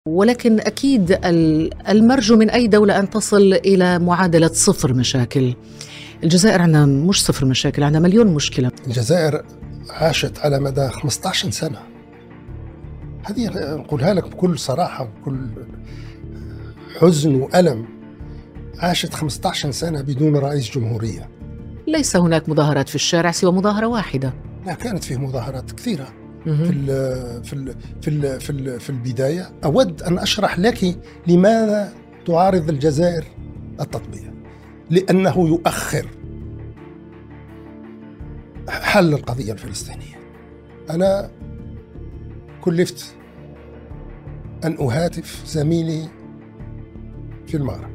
ولكن أكيد المرجو من أي دولة أن تصل إلى معادلة صفر مشاكل. الجزائر عندها مش صفر مشاكل، عندها مليون مشكلة. الجزائر عاشت على مدى 15 سنة، هذه نقولها لك بكل صراحة وبكل حزن وألم، عاشت 15 سنة بدون رئيس جمهورية. ليس هناك مظاهرات في الشارع سوى مظاهرة واحدة. لا، كانت فيه مظاهرات كثيرة في البداية. أود أن أشرح لك لماذا تعارض الجزائر التطبيع، لأنه يؤخر حل القضية الفلسطينية. أنا كلفت أن أهاتف زميلي في المغرب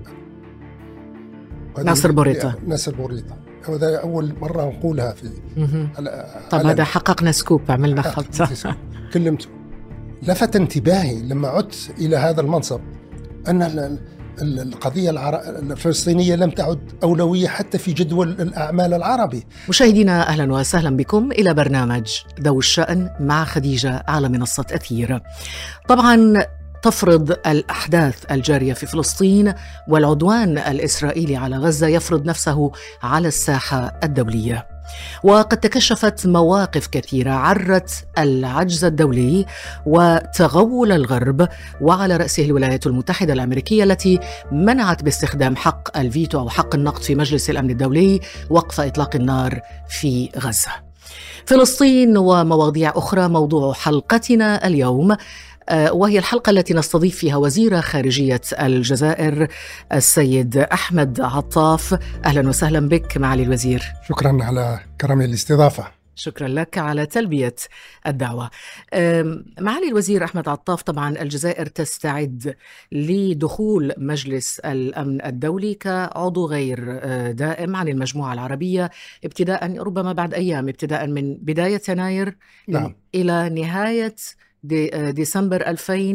ناصر بوريطة. هذا أول مرة نقولها في طب هذا حققنا سكوب، عملنا خط. كلمته، لفت انتباهي لما عدت إلى هذا المنصب أن القضية الفلسطينية لم تعد أولوية حتى في جدول الأعمال العربي. مشاهدينا أهلا وسهلا بكم إلى برنامج ذوي الشأن مع خديجة على منصة أثير. طبعا تفرض الأحداث الجارية في فلسطين والعدوان الإسرائيلي على غزة يفرض نفسه على الساحة الدولية، وقد تكشفت مواقف كثيرة عرت العجز الدولي وتغول الغرب، وعلى رأسه الولايات المتحدة الأمريكية التي منعت باستخدام حق الفيتو أو حق النقد في مجلس الأمن الدولي وقف إطلاق النار في غزة. فلسطين ومواضيع أخرى موضوع حلقتنا اليوم، وهي الحلقة التي نستضيف فيها وزير خارجية الجزائر السيد أحمد عطاف. أهلا وسهلا بك معالي الوزير. شكرا على كرم الاستضافة. شكرا لك على تلبية الدعوة. معالي الوزير أحمد عطاف، طبعا الجزائر تستعد لدخول مجلس الأمن الدولي كعضو غير دائم عن المجموعة العربية، ابتداء ربما بعد أيام، ابتداء من بداية يناير نعم. إلى نهاية ديسمبر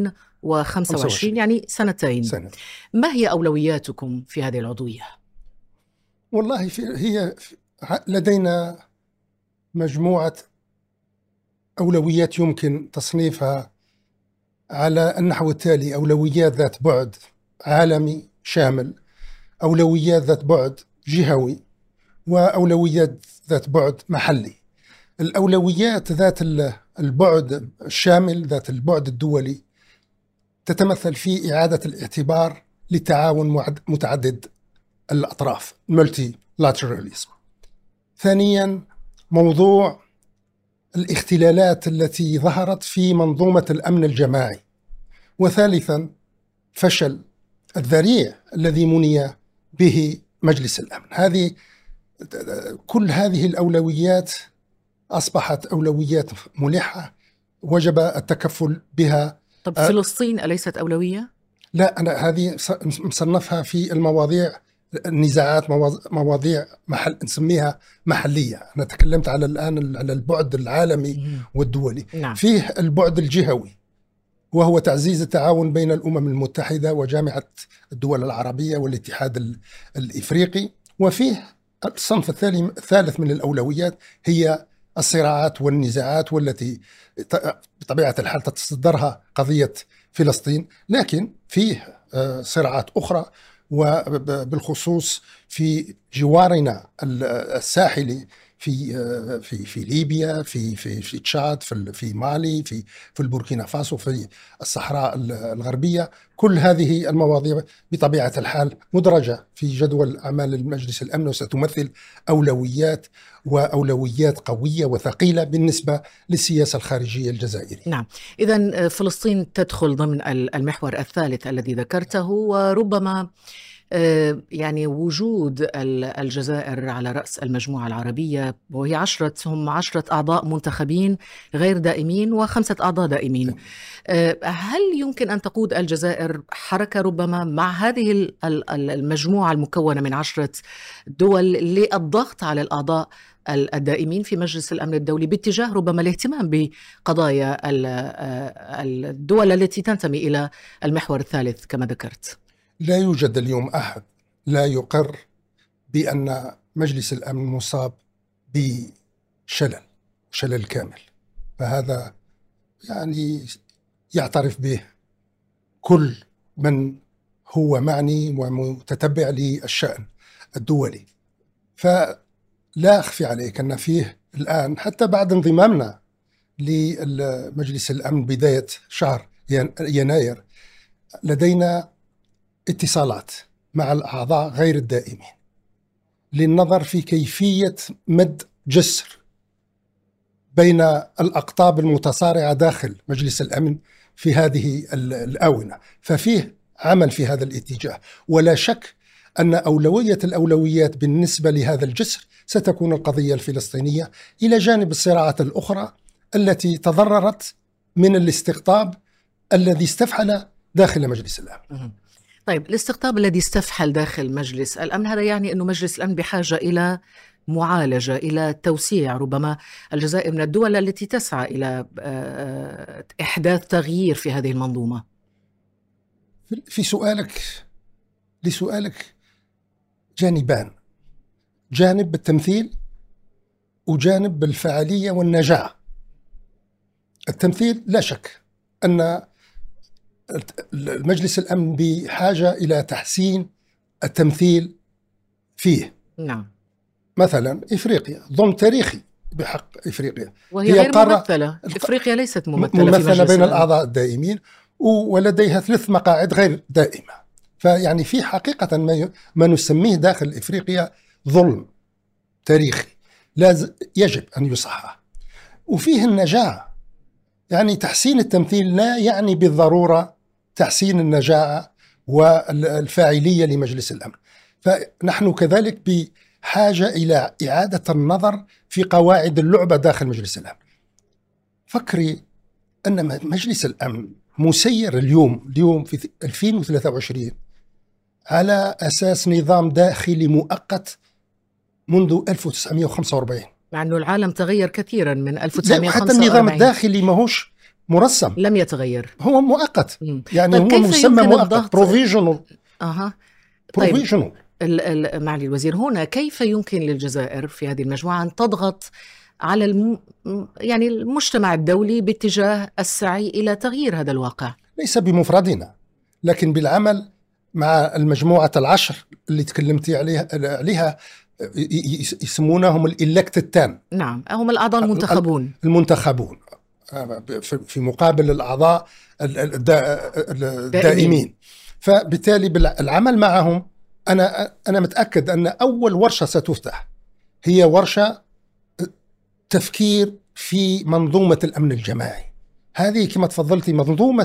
2025، يعني سنتين. ما هي أولوياتكم في هذه العضوية؟ والله هي لدينا مجموعة أولويات يمكن تصنيفها على النحو التالي: أولويات ذات بعد عالمي شامل، أولويات ذات بعد جهوي، وأولويات ذات بعد محلي. الأولويات ذات البعد الشامل، ذات البعد الدولي، تتمثل في إعادة الاعتبار للتعاون متعدد الأطراف، multilateralism. ثانيا، موضوع الاختلالات التي ظهرت في منظومة الأمن الجماعي. وثالثا، فشل الذريع الذي مني به مجلس الأمن. كل هذه الأولويات أصبحت أولويات ملحة وجب التكفل بها. طب فلسطين أليست أولوية؟ لا، أنا هذه مصنفها في المواضيع النزاعات، مواضيع نسميها محلية. أنا تكلمت الآن على البعد العالمي والدولي. نعم. فيه البعد الجهوي، وهو تعزيز التعاون بين الأمم المتحدة وجامعة الدول العربية والاتحاد الإفريقي. وفيه الصنف الثالث من الأولويات هي الصراعات والنزاعات، والتي بطبيعة الحال تتصدرها قضية فلسطين، لكن فيه صراعات أخرى، وبالخصوص في جوارنا الساحلي، في ليبيا، في تشاد، في مالي، في البوركينا فاسو، في الصحراء الغربية. كل هذه المواضيع بطبيعة الحال مدرجة في جدول أعمال المجلس الأمن، وستمثل أولويات قوية وثقيلة بالنسبة للسياسة الخارجية الجزائرية. نعم، إذن فلسطين تدخل ضمن المحور الثالث الذي ذكرته، وربما يعني وجود الجزائر على رأس المجموعة العربية، وهي هم 10 أعضاء منتخبين غير دائمين و5 أعضاء دائمين. هل يمكن أن تقود الجزائر حركة ربما مع هذه المجموعة المكونة من 10 دول للضغط على الأعضاء الدائمين في مجلس الأمن الدولي باتجاه ربما الاهتمام بقضايا الدول التي تنتمي إلى المحور الثالث كما ذكرت؟ لا يوجد اليوم أحد لا يقر بأن مجلس الأمن مصاب بشلل كامل، فهذا يعني يعترف به كل من هو معني ومتتبع للشأن الدولي. فلا أخفي عليك أن فيه الآن حتى بعد انضمامنا لمجلس الأمن بداية شهر يناير لدينا اتصالات مع الأعضاء غير الدائمين للنظر في كيفية مد جسر بين الأقطاب المتصارعة داخل مجلس الأمن في هذه الآونة. ففيه عمل في هذا الاتجاه، ولا شك أن أولوية الأولويات بالنسبة لهذا الجسر ستكون القضية الفلسطينية إلى جانب الصراعات الأخرى التي تضررت من الاستقطاب الذي استفحل داخل مجلس الأمن. طيب، الاستقطاب الذي استفحل داخل مجلس الأمن، هذا يعني أنه مجلس الأمن بحاجة إلى معالجة، إلى توسيع. ربما الجزائر من الدول التي تسعى إلى إحداث تغيير في هذه المنظومة. لسؤالك جانبان: جانب بالتمثيل وجانب بالفعالية والنجاعة. التمثيل لا شك أن المجلس الأمن بحاجة إلى تحسين التمثيل فيه. نعم. مثلا إفريقيا ظلم تاريخي بحق إفريقيا، وهي غير ممثلة. إفريقيا ليست ممثلة بين الأعضاء الدائمين، ولديها 3 مقاعد غير دائمة. فيعني في حقيقة ما نسميه داخل إفريقيا ظلم تاريخي يجب أن يصحح. وفيه النجاعة، يعني تحسين التمثيل لا يعني بالضرورة تحسين النجاعة والفاعلية لمجلس الأمن. فنحن كذلك بحاجة إلى إعادة النظر في قواعد اللعبة داخل مجلس الأمن. فكري أن مجلس الأمن مسير اليوم في 2023 على أساس نظام داخلي مؤقت منذ 1945، مع أنه العالم تغير كثيرا من 1945. حتى النظام الداخلي ماهوش مرسم، لم يتغير، هو مؤقت. يعني طيب هو مسمى مؤقت، بروفيجنال. طيب معالي الوزير، هنا كيف يمكن للجزائر في هذه المجموعة أن تضغط على يعني المجتمع الدولي باتجاه السعي إلى تغيير هذا الواقع؟ ليس بمفردنا، لكن بالعمل مع المجموعة 10 اللي تكلمت عليها يسمونهم الإلكتد. نعم، هم الأعضاء المنتخبون في مقابل الأعضاء الدائمين. فبالتالي بالعمل معهم أنا متأكد أن أول ورشة ستفتح هي ورشة تفكير في منظومة الأمن الجماعي. هذه كما تفضلتي منظومة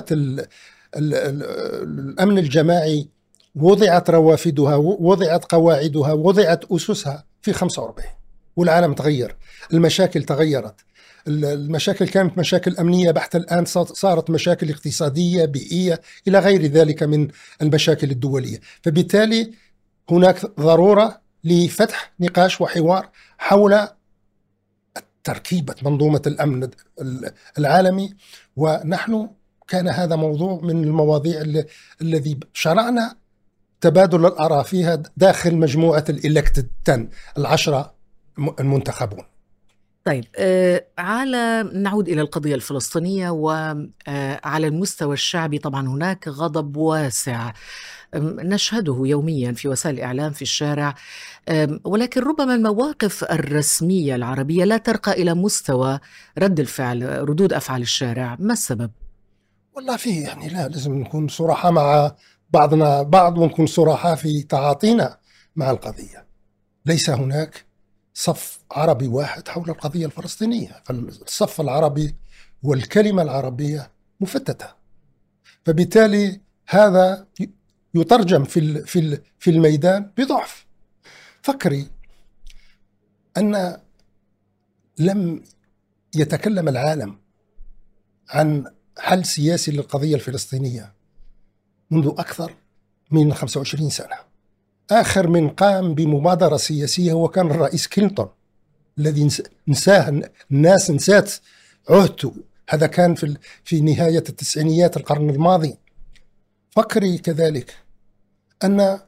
الأمن الجماعي وضعت روافدها، وضعت قواعدها، وضعت أسسها في 45، والعالم تغير، المشاكل تغيرت. المشاكل كانت مشاكل أمنية بحتة، الآن صارت مشاكل اقتصادية بيئية إلى غير ذلك من المشاكل الدولية. فبالتالي هناك ضرورة لفتح نقاش وحوار حول تركيبة منظومة الأمن العالمي. ونحن كان هذا موضوع من المواضيع الذي شرعنا تبادل الآراء فيها داخل مجموعة الإلكتد 10 المنتخبون. طيب، نعود إلى القضية الفلسطينية. وعلى المستوى الشعبي طبعا هناك غضب واسع نشهده يوميا في وسائل الإعلام، في الشارع، ولكن ربما المواقف الرسمية العربية لا ترقى إلى مستوى ردود أفعال الشارع. ما السبب؟ والله فيه يعني لازم نكون صراحة مع بعضنا بعض، ونكون صراحة في تعاطينا مع القضية. ليس هناك صف عربي واحد حول القضية الفلسطينية، فالصف العربي والكلمة العربية مفتتة. فبالتالي هذا يترجم في الميدان بضعف. فكري أن لم يتكلم العالم عن حل سياسي للقضية الفلسطينية منذ أكثر من 25 سنة. آخر من قام بمبادرة سياسية هو كان الرئيس كلينتون، الذي نساه الناس، نسات عهده. هذا كان في نهاية التسعينيات القرن الماضي. فكري كذلك أن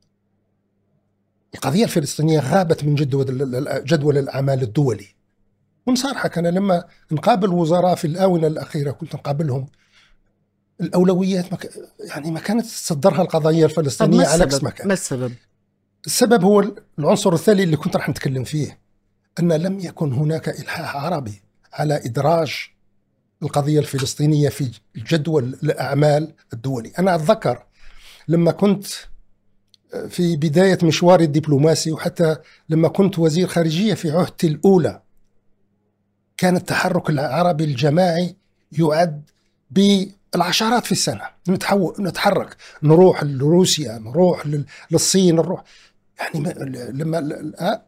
القضية الفلسطينية غابت من جدول الأعمال الدولي. ونصارحك، أنا لما نقابل وزراء في الآونة الأخيرة كنت نقابلهم الأولويات يعني ما كانت تصدرها القضية الفلسطينية على عكس ما كان. ما السبب؟ السبب هو العنصر الثاني اللي كنت راح نتكلم فيه، أن لم يكن هناك إلحاح عربي على إدراج القضية الفلسطينية في جدول الأعمال الدولي. أنا أتذكر لما كنت في بداية مشواري الدبلوماسي، وحتى لما كنت وزير خارجية في عهدتي الأولى، كان التحرك العربي الجماعي يعد بالعشرات في السنة. نتحرك، نروح لروسيا، نروح للصين، نروح يعني لما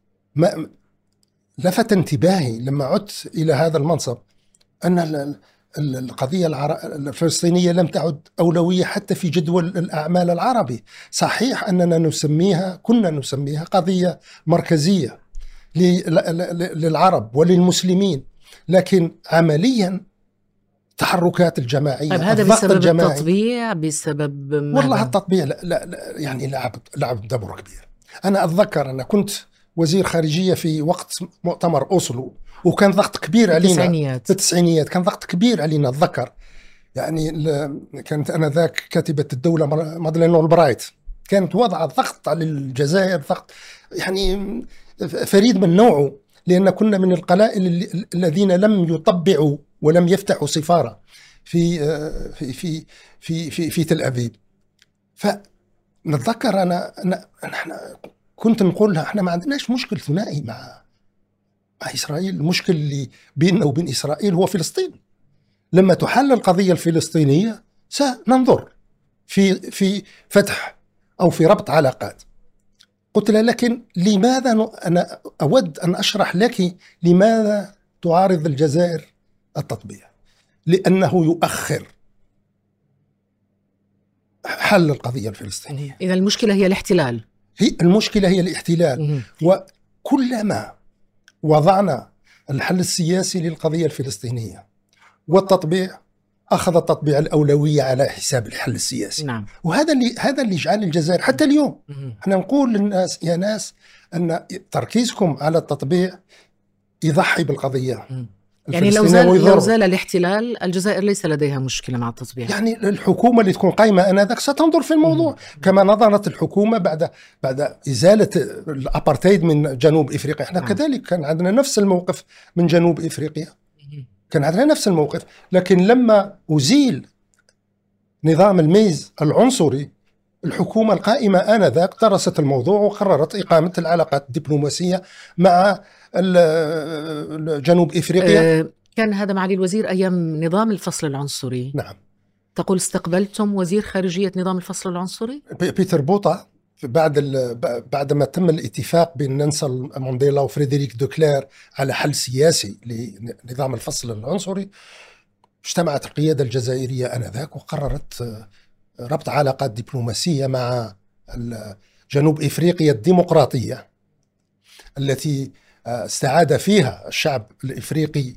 لفت انتباهي لما عدت إلى هذا المنصب أن القضية الفلسطينية لم تعد أولوية حتى في جدول الأعمال العربي. صحيح أننا كنا نسميها قضية مركزية للعرب وللمسلمين، لكن عمليا تحركات الجماعية، طيب هذا بسبب التطبيع، بسبب والله التطبيع لا يعني لعب دور كبير. أنا أتذكر أنا كنت وزير خارجية في وقت مؤتمر أوسلو، وكان ضغط كبير علينا في التسعينيات، كان ضغط كبير علينا. أتذكر يعني كانت أنا ذاك كاتبة الدولة مادلين أولبرايت، كانت وضع ضغط على الجزائر، ضغط يعني فريد من نوعه، لأن كنا من القلائل الذين لم يطبعوا ولم يفتحوا سفارة في في في في في, في تل أبيب. فنتذكر احنا كنت نقول لها احنا ما عندناش مشكل ثنائي مع إسرائيل، المشكل اللي بيننا وبين إسرائيل هو فلسطين. لما تحل القضية الفلسطينية سننظر في فتح أو في ربط علاقات. قلت لها لكن لماذا أنا أود أن أشرح لك لماذا تعارض الجزائر التطبيع؟ لأنه يؤخر حل القضية الفلسطينية. إذا المشكلة هي الاحتلال، المشكلة هي الاحتلال. وكلما وضعنا الحل السياسي للقضية الفلسطينية والتطبيع، أخذ التطبيع الأولوية على حساب الحل السياسي. نعم. وهذا اللي جعل الجزائر حتى اليوم احنا نقول للناس يا ناس أن تركيزكم على التطبيع يضحي بالقضية. يعني لو زال الاحتلال، الجزائر ليس لديها مشكلة مع التطبيع. يعني الحكومة اللي تكون قائمة آنذاك ستنظر في الموضوع كما نظرت الحكومة بعد إزالة الأبارتايد من جنوب إفريقيا. احنا كذلك كان عندنا نفس الموقف من جنوب إفريقيا، كان عندنا نفس الموقف. لكن لما أزيل نظام الميز العنصري، الحكومة القائمة آنذاك درست الموضوع وقررت إقامة العلاقات الدبلوماسية مع جنوب إفريقيا. كان هذا معالي الوزير أيام نظام الفصل العنصري. نعم. تقول استقبلتم وزير خارجية نظام الفصل العنصري؟ بيتر بوطا بعد ما تم الاتفاق بين نيلسون مانديلا وفريدريك دوكلير على حل سياسي لنظام الفصل العنصري، اجتمعت القيادة الجزائرية آنذاك وقررت ربط علاقات دبلوماسية مع جنوب إفريقيا الديمقراطية التي استعاد فيها الشعب الإفريقي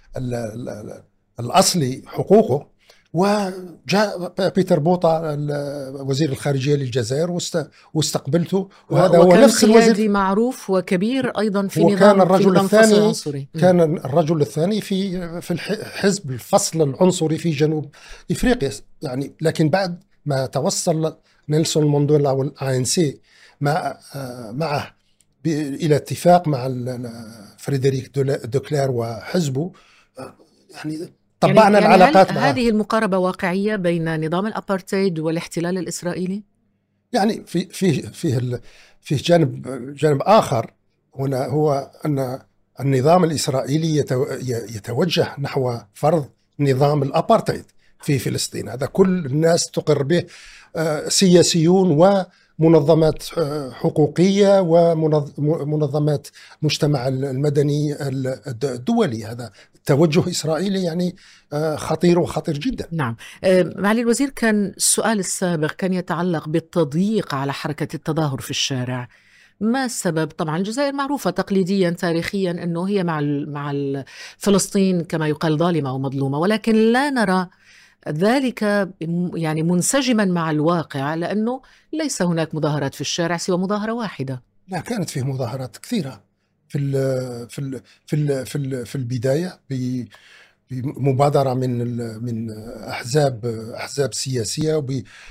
الأصلي حقوقه. وجاء بيتر بوطا وزير الخارجية للجزائر واستقبلته، وهذا هو نفس الوزير معروف وكبير أيضا في نظام الفصل العنصري. كان الرجل الثاني في حزب الفصل العنصري في جنوب إفريقيا يعني. لكن بعد ما توصل نيلسون مانديلا والANC معه إلى اتفاق مع فريدريك دوكلير وحزبه، يعني طبعنا العلاقات معه. هذه المقاربة واقعية بين نظام الأبارتايد والاحتلال الإسرائيلي؟ يعني في جانب آخر هنا، هو أن النظام الإسرائيلي يتوجه نحو فرض نظام الأبارتايد في فلسطين. هذا كل الناس تقر به، سياسيون ومنظمات حقوقية ومنظمات مجتمع المدني الدولي. هذا توجه إسرائيلي يعني خطير وخطير جدا. نعم. معالي الوزير، كان السؤال السابق كان يتعلق بالتضييق على حركة التظاهر في الشارع. ما السبب؟ طبعا الجزائر معروفة تقليديا تاريخيا أنه هي مع فلسطين كما يقال ظالمة ومظلومة، ولكن لا نرى ذلك يعني منسجما مع الواقع، لأنه ليس هناك مظاهرات في الشارع سوى مظاهرة واحدة. لا، كانت فيه مظاهرات كثيرة في البداية بمبادرة من أحزاب سياسية،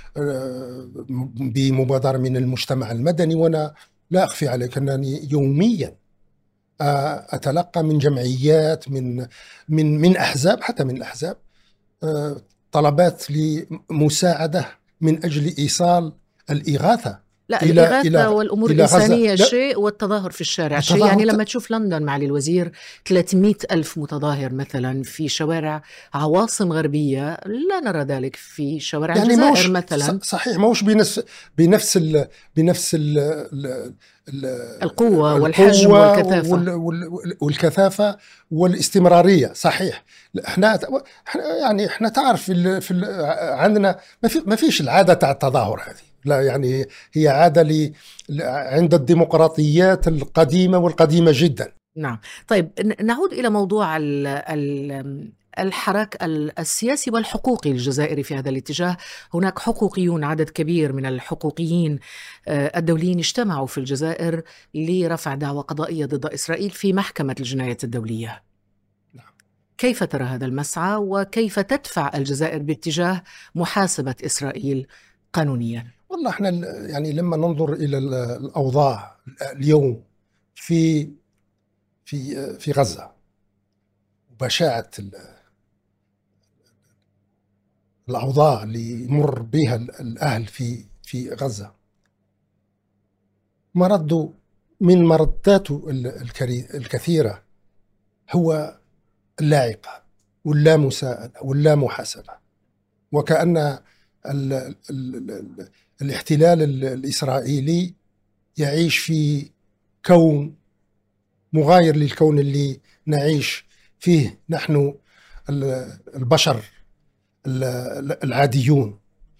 وبمبادرة من المجتمع المدني. وأنا لا أخفي عليك أنني يوميا أتلقى من جمعيات، من أحزاب، حتى من الأحزاب، طلبات لمساعدة من أجل إيصال الإغاثة لا، إلى الإغاثة والأمور إلى غزة. الإنسانية شيء، والتظاهر في الشارع شيء. يعني لما تشوف لندن معالي الوزير 300 ألف متظاهر مثلا في شوارع عواصم غربية، لا نرى ذلك في شوارع يعني الجزائر مثلا. صحيح، موش بنفس القوة والحجم والكثافة والكثافة والاستمرارية. صحيح. احنا يعني احنا تعرف عندنا ما فيش العادة تاع التظاهر هذه، لا. يعني هي عادة عند الديمقراطيات القديمة والقديمة جدا. نعم. طيب نعود إلى موضوع الحراك السياسي والحقوقي الجزائري في هذا الاتجاه. هناك حقوقيون، عدد كبير من الحقوقيين الدوليين اجتمعوا في الجزائر لرفع دعوى قضائية ضد إسرائيل في محكمة الجنايات الدولية. كيف ترى هذا المسعى، وكيف تدفع الجزائر باتجاه محاسبة إسرائيل قانونيا؟ والله احنا يعني لما ننظر إلى الأوضاع اليوم في غزة، وبشاعة الأوضاع اللي يمر بها الأهل في غزة، من مرداته الكثيرة هو اللاعقة واللامساءلة واللامحاسبة. وكأن الاحتلال الإسرائيلي يعيش في كون مغاير للكون اللي نعيش فيه نحن البشر العاديون.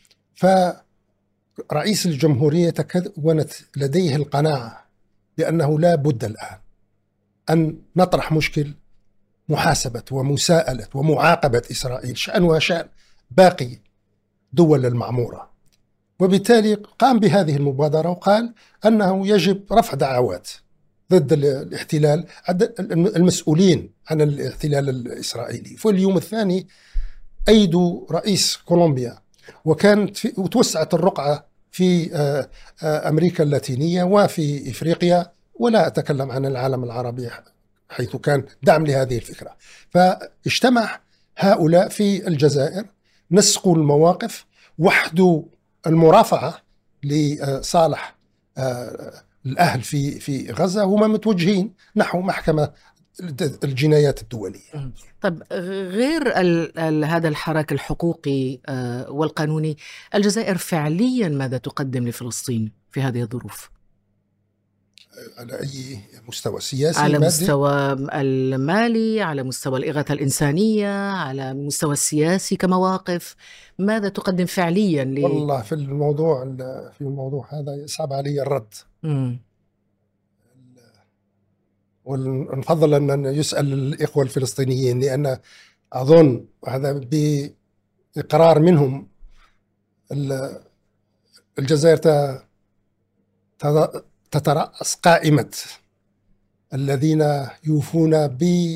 فرئيس الجمهورية تكونت لديه القناعة بأنه لا بد الآن أن نطرح مشكل محاسبة ومساءلة ومعاقبة إسرائيل، شأنها شأن باقي دول المعمورة. وبالتالي قام بهذه المبادرة وقال أنه يجب رفع دعوات ضد الاحتلال، المسؤولين عن الاحتلال الإسرائيلي. في اليوم الثاني أيدوا رئيس كولومبيا، وتوسعت الرقعة في أمريكا اللاتينية وفي إفريقيا، ولا أتكلم عن العالم العربي حيث كان دعم لهذه الفكرة. فاجتمع هؤلاء في الجزائر، نسقوا المواقف، وحدوا المرافعة لصالح الأهل في غزة، هما متوجهين نحو محكمة الجنايات الدولية. طب غير هذا الحراك الحقوقي والقانوني، الجزائر فعليا ماذا تقدم لفلسطين في هذه الظروف؟ على أي مستوى سياسي؟ على مستوى المالي، على مستوى الإغاثة الإنسانية، على مستوى السياسي كمواقف، ماذا تقدم فعليا والله في الموضوع هذا يصعب علي الرد. ونفضل أن يسأل الإخوة الفلسطينيين، لأن أظن هذا بإقرار منهم الجزائر تترأس قائمة الذين يوفون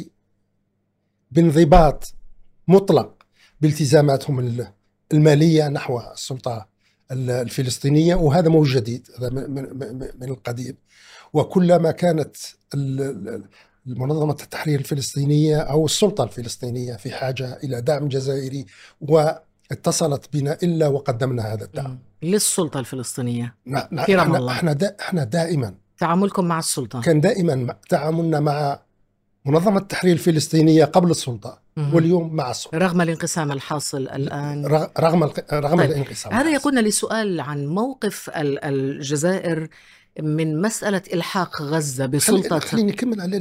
بانضباط مطلق بالتزاماتهم المالية نحو السلطة الفلسطينية. وهذا مو جديد، هذا من القديم. وكلما كانت المنظمة التحرير الفلسطينية أو السلطة الفلسطينية في حاجة إلى دعم جزائري، واتصلت بنا إلا وقدمنا هذا الدعم للسلطة الفلسطينية في رام الله. احنا دائما تعاملكم مع السلطة كان دائما تعاملنا مع منظمة التحرير الفلسطينية قبل السلطة، واليوم مع السلطة، رغم الانقسام الحاصل الآن. رغم طيب. الانقسام. هذا يقودنا لسؤال عن موقف الجزائر من مسألة إلحاق غزة بسلطة. خليني نكمل على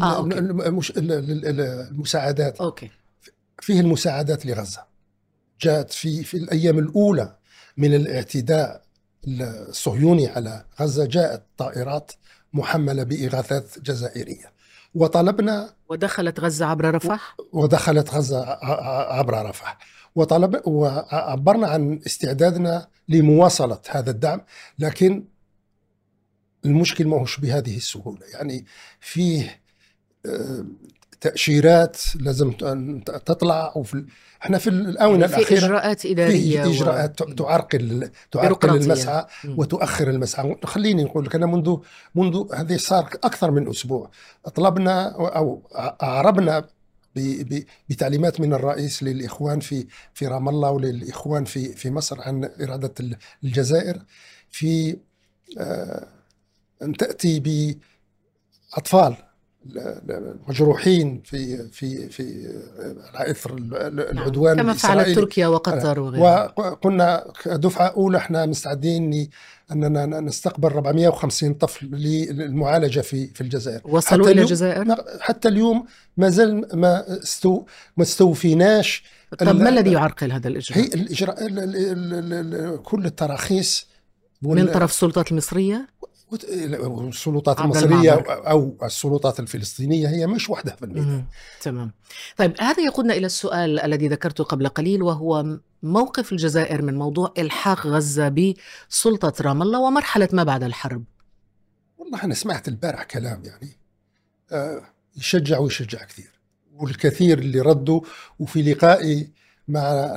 المساعدات. أوكي. فيه المساعدات لغزة جاءت في الأيام الأولى من الاعتداء الصهيوني على غزة، جاءت طائرات محملة بإغاثات جزائرية، وطلبنا. ودخلت غزة عبر رفح. وعبرنا عن استعدادنا لمواصلة هذا الدعم. لكن المشكل ما هوش بهذه السهولة. يعني فيه تأشيرات لازم تطلع، احنا في الآونة في الأخيرة إجراءات إدارية في إجراءات تعرقل المسعى وتؤخر المسعى. خليني نقول لك، أنا منذ هذه صار أكثر من أسبوع طلبنا أو أعربنا بتعليمات من الرئيس للإخوان في رام الله وللإخوان في مصر عن إرادة الجزائر في أن تأتي بأطفال مجروحين في اثر العدوان كما فعلت تركيا وقطر وغيرها. وقلنا دفعه اولى احنا مستعدين اننا نستقبل 450 طفل للمعالجه في الجزائر. وصلوا الى الجزائر حتى اليوم ما زال ما استوفيناش. طب ما الذي يعرقل هذا الاجراء؟ هي الاجراء كل التراخيص من طرف السلطات المصريه، السلطات المصرية أو السلطات الفلسطينية، هي مش وحدة في الميدان. تمام. طيب هذا يقودنا إلى السؤال الذي ذكرته قبل قليل، وهو موقف الجزائر من موضوع إلحاق غزة بسلطة رام الله ومرحلة ما بعد الحرب. والله أنا سمعت البارح كلام يعني يشجع ويشجع كثير، والكثير اللي ردوا. وفي لقائي مع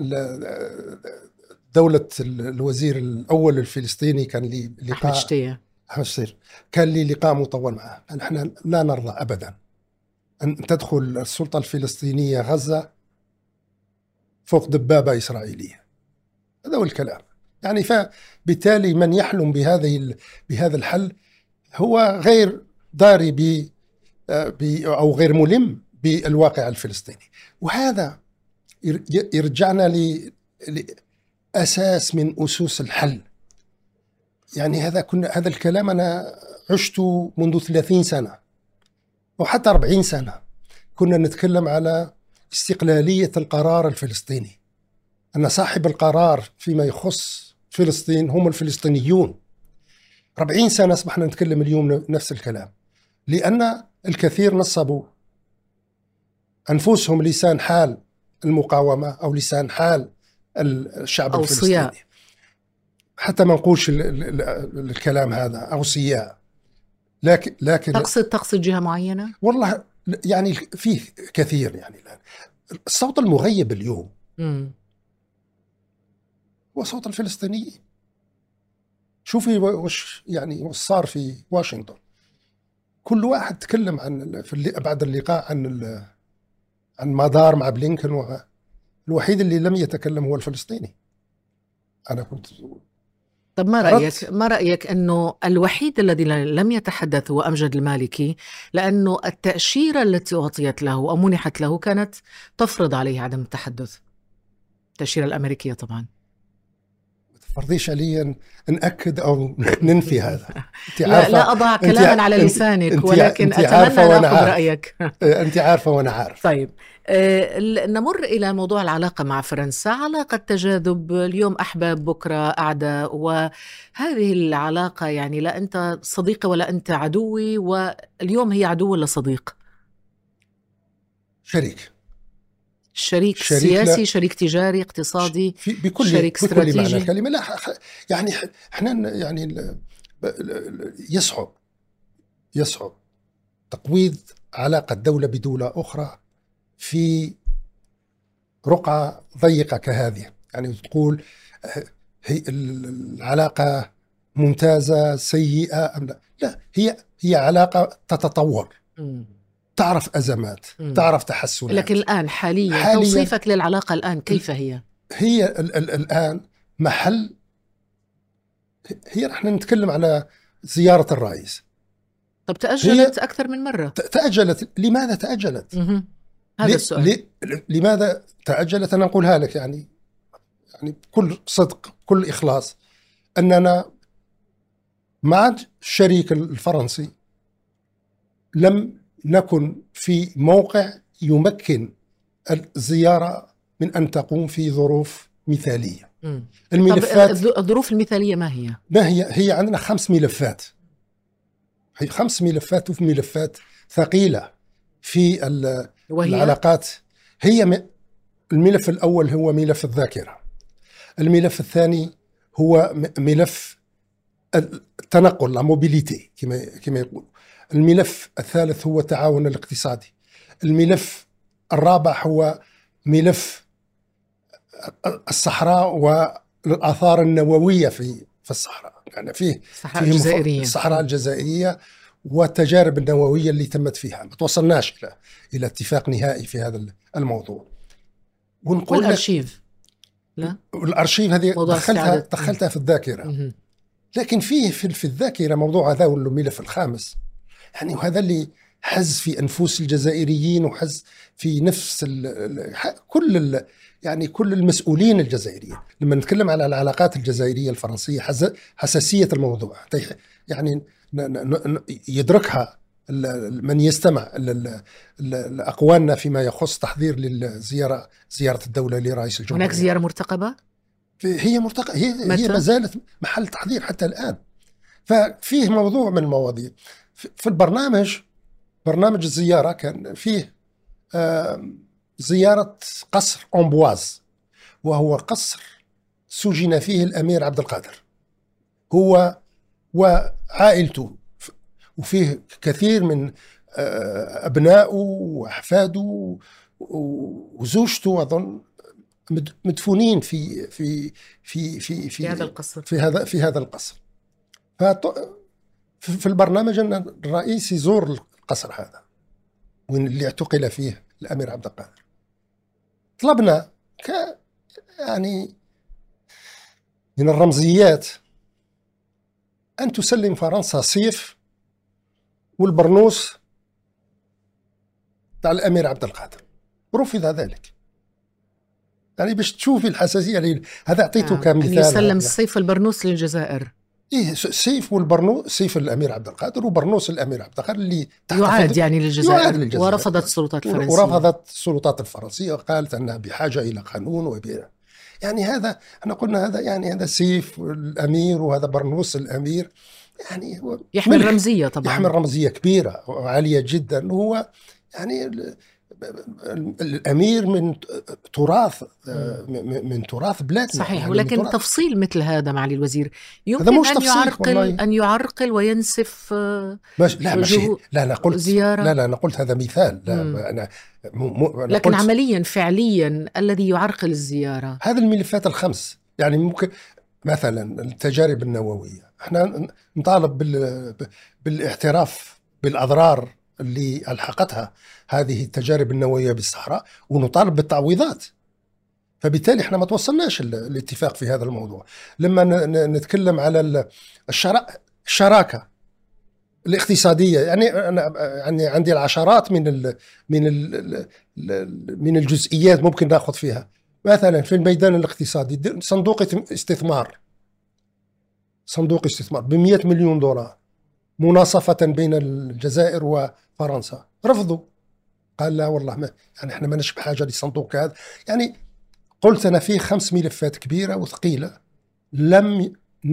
دولة الوزير الأول الفلسطيني كان لي لقاء كان لي لقاء مطول معه. نحن لا نرضى أبدا أن تدخل السلطة الفلسطينية غزة فوق دبابة إسرائيلية. هذا هو الكلام يعني. فبالتالي من يحلم بهذا الحل هو غير داري أو غير ملم بالواقع الفلسطيني. وهذا يرجعنا لأساس من أسس الحل. يعني هذا الكلام أنا عشته منذ 30 سنة وحتى 40 سنة. كنا نتكلم على استقلالية القرار الفلسطيني، أن صاحب القرار فيما يخص فلسطين هم الفلسطينيون. 40 سنة أصبحنا نتكلم اليوم نفس الكلام، لأن الكثير نصبوا أنفسهم لسان حال المقاومة أو لسان حال الشعب الفلسطيني، حتى ما نقولش الكلام هذا أوصياء. لكن تقصد جهة معينة؟ والله يعني فيه كثير يعني. الصوت المغيب اليوم هو صوت الفلسطينيين. شوفي وش يعني صار في واشنطن. كل واحد تكلم عن بعد اللقاء عن ما دار مع بلينكن، الوحيد اللي لم يتكلم هو الفلسطيني. أنا كنت. طب ما رأيك أنه الوحيد الذي لم يتحدث هو أمجد المالكي، لأنه التأشيرة التي أعطيت له أو منحت له كانت تفرض عليه عدم التحدث، التأشيرة الأمريكية طبعا. ما تفرضيش علي نأكد أو ننفي هذا. لا أضع كلاما على لسانك، ولكن أتمنى نأخذ رأيك. أنت عارفة وأنا عارف. طيب نمر إلى موضوع العلاقة مع فرنسا. علاقة تجاذب، اليوم أحباب بكرة أعداء، وهذه العلاقة يعني لا أنت صديقي ولا أنت عدوي، واليوم هي عدو ولا صديق؟ شريك سياسي، شريك تجاري، اقتصادي، شريك استراتيجي. بكل معنى الكلمة. لا يعني احنا يعني يصعب تقويض علاقة دولة بدولة أخرى في رقعة ضيقة كهذه. يعني تقول هي العلاقة ممتازة سيئة أم لا، هي علاقة تتطور، تعرف أزمات، تعرف تحسنات. لكن الآن حاليا توصيفك للعلاقة الآن كيف هي؟ هي الآن محل. هي رح نتكلم على زيارة الرئيس. طب تأجلت أكثر من مرة. تأجلت. لماذا تأجلت؟ هذا السؤال. لماذا تأجلت؟ أنا أقولها لك يعني بكل صدق كل إخلاص، أننا مع الشريك الفرنسي لم نكن في موقع يمكن الزيارة من أن تقوم في ظروف مثالية. الملفات، الظروف المثالية ما هي؟ هي عندنا 5 ملفات. هي 5 ملفات، وفي ملفات ثقيلة في العلاقات. هي الملف الأول هو ملف الذاكرة، الملف الثاني هو ملف التنقل، لا موبيليتي كما يقول، الملف الثالث هو التعاون الاقتصادي، الملف الرابع هو ملف الصحراء والآثار النووية في الصحراء، يعني فيه الصحراء الجزائرية والتجارب النووية اللي تمت فيها. ما توصلناش إلى اتفاق نهائي في هذا الموضوع. ونقول والأرشيف، لا الأرشيف هذه دخلتها في الذاكرة. لكن فيه في الذاكرة موضوع هذا والملف الخامس، يعني وهذا اللي حز في أنفس الجزائريين وحز في نفس كل المسؤولين الجزائريين. لما نتكلم على العلاقات الجزائرية الفرنسية، حساسية الموضوع يعني يدركها من يستمع لأقوالنا فيما يخص تحضير زيارة الدولة لرئيس الجمهورية. هناك زيارة مرتقبة؟ هي ما زالت محل تحضير حتى الآن. ففيه موضوع من المواضيع في برنامج الزيارة. كان فيه زيارة قصر أمبواز، وهو قصر سجن فيه الأمير عبد القادر هو وعائلته، وفيه كثير من أبنائه وأحفاده وزوجته أظن مدفونين في هذا القصر. في هذا القصر. في البرنامج أن الرئيس يزور القصر هذا واللي اعتقل فيه الأمير عبد القادر. طلبنا يعني من الرمزيات أن تسلم فرنسا صيف والبرنوس تاع الأمير عبد القادر. رفض ذلك، يعني باش تشوفي الحساسية. هذا أعطيته كمثال. يعني يسلم الصيف والبرنوس للجزائر. سيف والبرنوس، سيف الأمير عبد القادر وبرنوس الأمير عبد القادر اللي يعاد يعني للجزائر. ورفضت السلطات الفرنسية وقالت أنها بحاجة إلى قانون يعني هذا احنا قلنا هذا سيف الأمير وهذا برنوس الأمير، يعني هو يحمل رمزية طبعا، يحمل رمزية كبيرة وعالية جدا. هو يعني الأمير من تراث بلادنا. صحيح، يعني ولكن تفصيل مثل هذا معالي الوزير يمكن أن يعرقل وينسف. أنا قلت هذا مثال. لكن عمليا فعليا الذي يعرقل الزيارة هذه الملفات الخمس. يعني ممكن مثلا التجارب النووية، احنا نطالب بالاعتراف بالأضرار اللي ألحقتها هذه التجارب النووية بالصحراء، ونطالب بالتعويضات. فبالتالي احنا ما توصلناش الاتفاق في هذا الموضوع. لما نتكلم على الشراكة الاقتصادية، يعني أنا عندي العشرات من الجزئيات ممكن ناخذ فيها. مثلا في الميدان الاقتصادي صندوق استثمار ب$100 مليون مناصفة بين الجزائر وفرنسا. رفضوا، قال لا والله يعني احنا ما نشبه حاجة للصندوق هذا. يعني قلت أنا فيه 5 ملفات كبيرة وثقيلة لم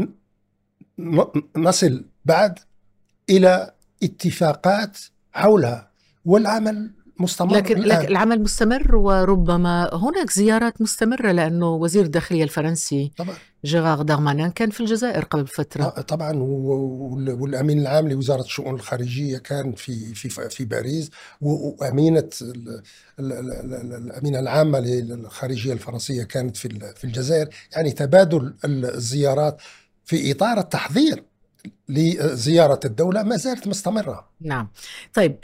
نصل بعد إلى اتفاقات حولها، والعمل مستمر. لكن العمل مستمر، وربما هناك زيارات مستمرة، لأنه وزير الداخلية الفرنسي طبعا جيرار دارمانان كان في الجزائر قبل فترة. طبعا، والأمين العام لوزارة الشؤون الخارجية كان في باريس، وأمينة الأمينة العامة للخارجية الفرنسية كانت في الجزائر. يعني تبادل الزيارات في إطار التحضير لزيارة الدولة ما زالت مستمرة. نعم. طيب،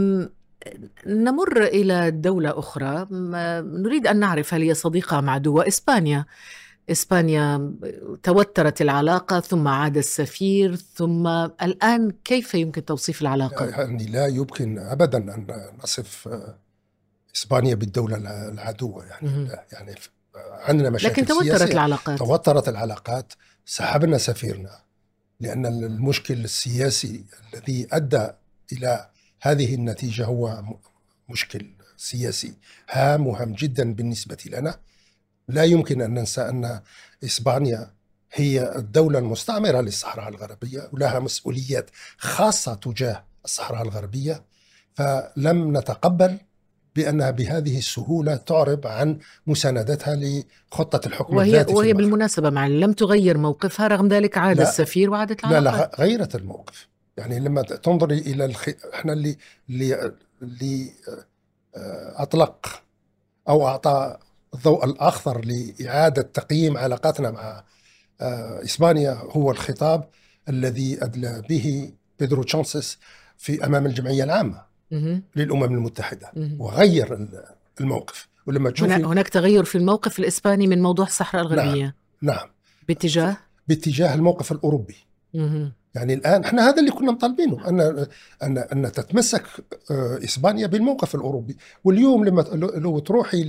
نمر إلى دولة أخرى. نريد أن نعرف هل هي صديقة مع دول إسبانيا توترت العلاقة، ثم عاد السفير، ثم الآن كيف يمكن توصيف العلاقة؟ يعني لا يمكن أبدا أن نصف إسبانيا بالدولة العدوة. يعني عندنا مشاكل لكن توترت العلاقات. سحبنا سفيرنا لأن المشكل السياسي الذي أدى إلى هذه النتيجة هو مشكل سياسي هام وهام جدا بالنسبة لنا. لا يمكن أن ننسى أن إسبانيا هي الدولة المستعمرة للصحراء الغربية ولها مسؤوليات خاصة تجاه الصحراء الغربية، فلم نتقبل بأنها بهذه السهولة تعرب عن مساندتها لخطة الحكم الذاتي. وهي بالمناسبة لم تغير موقفها، رغم ذلك عاد السفير وعادت العلاقة. لا غيرت الموقف. يعني لما تنظري إلى احنا اللي أطلق أو أعطى الضوء الأخضر لإعادة تقييم علاقاتنا مع إسبانيا هو الخطاب الذي أدلى به بيدرو تشانسيس في أمام الجمعية العامة للأمم المتحدة، وغير الموقف. ولما تشوف هناك تغير في الموقف الإسباني من موضوع الصحراء الغربية. نعم. باتجاه الموقف الأوروبي. يعني الآن احنا هذا اللي كنا مطالبينه، أن تتمسك إسبانيا بالموقف الأوروبي. واليوم لو تروحي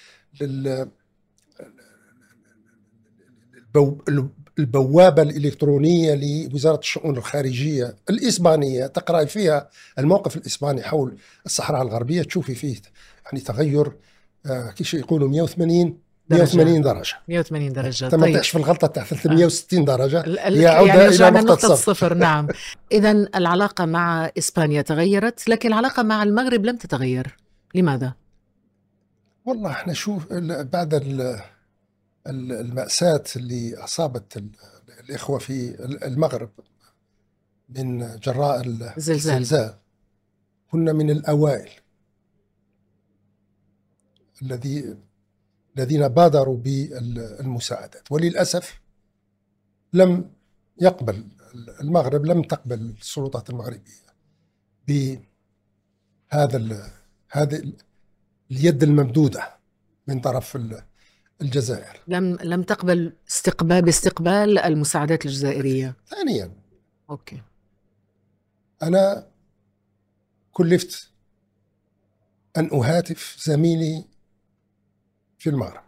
البوابة الإلكترونية لوزارة الشؤون الخارجية الإسبانية، تقرأ فيها الموقف الإسباني حول الصحراء الغربية، تشوفي فيه يعني تغير كيف يقولوا 180 درجة. 180 درجة. ما تعيش في الغلطة تاع 360 درجة، هي عودة يعني إلى نقطة الصفر. نعم. إذن العلاقة مع إسبانيا تغيرت، لكن العلاقة مع المغرب لم تتغير. لماذا؟ والله احنا شوف بعد المأساة اللي أصابت الإخوة في المغرب من جراء الزلزال، كنا من الأوائل الذين بادروا بالمساعدات. وللأسف لم يقبل المغرب، لم تقبل السلطات المغربية بهذا اليد الممدودة من طرف الجزائر. لم تقبل باستقبال المساعدات الجزائرية. ثانيا، أوكي، أنا كلفت أن أهاتف زميلي في المغرب،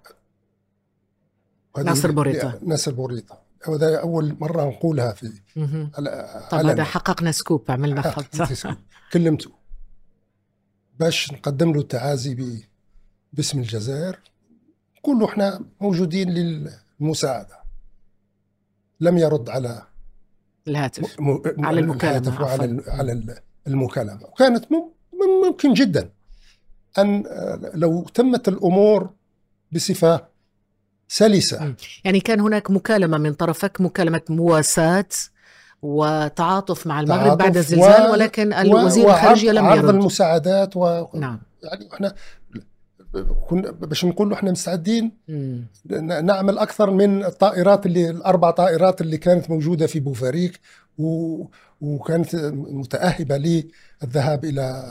ناصر بوريطة. وهذا أول مرة نقولها في طب هذا حققنا سكوب، عملنا خط. كلمته باش نقدم له التعازي باسم الجزائر، نقول له احنا موجودين للمساعدة. لم يرد على الهاتف، على المكالمة، على المكالمة. وكانت ممكن جدا أن لو تمت الأمور بصفة سلسة. يعني كان هناك مكالمة من طرفك، مكالمة مواساة وتعاطف مع المغرب بعد الزلزال، ولكن الوزير الخارجية لم يرد. عرض المساعدات نعم. يعني احنا كنا باش نقول له احنا مستعدين نعمل أكثر من الطائرات الأربع طائرات اللي كانت موجودة في بوفاريك، وكانت متأهبة للذهاب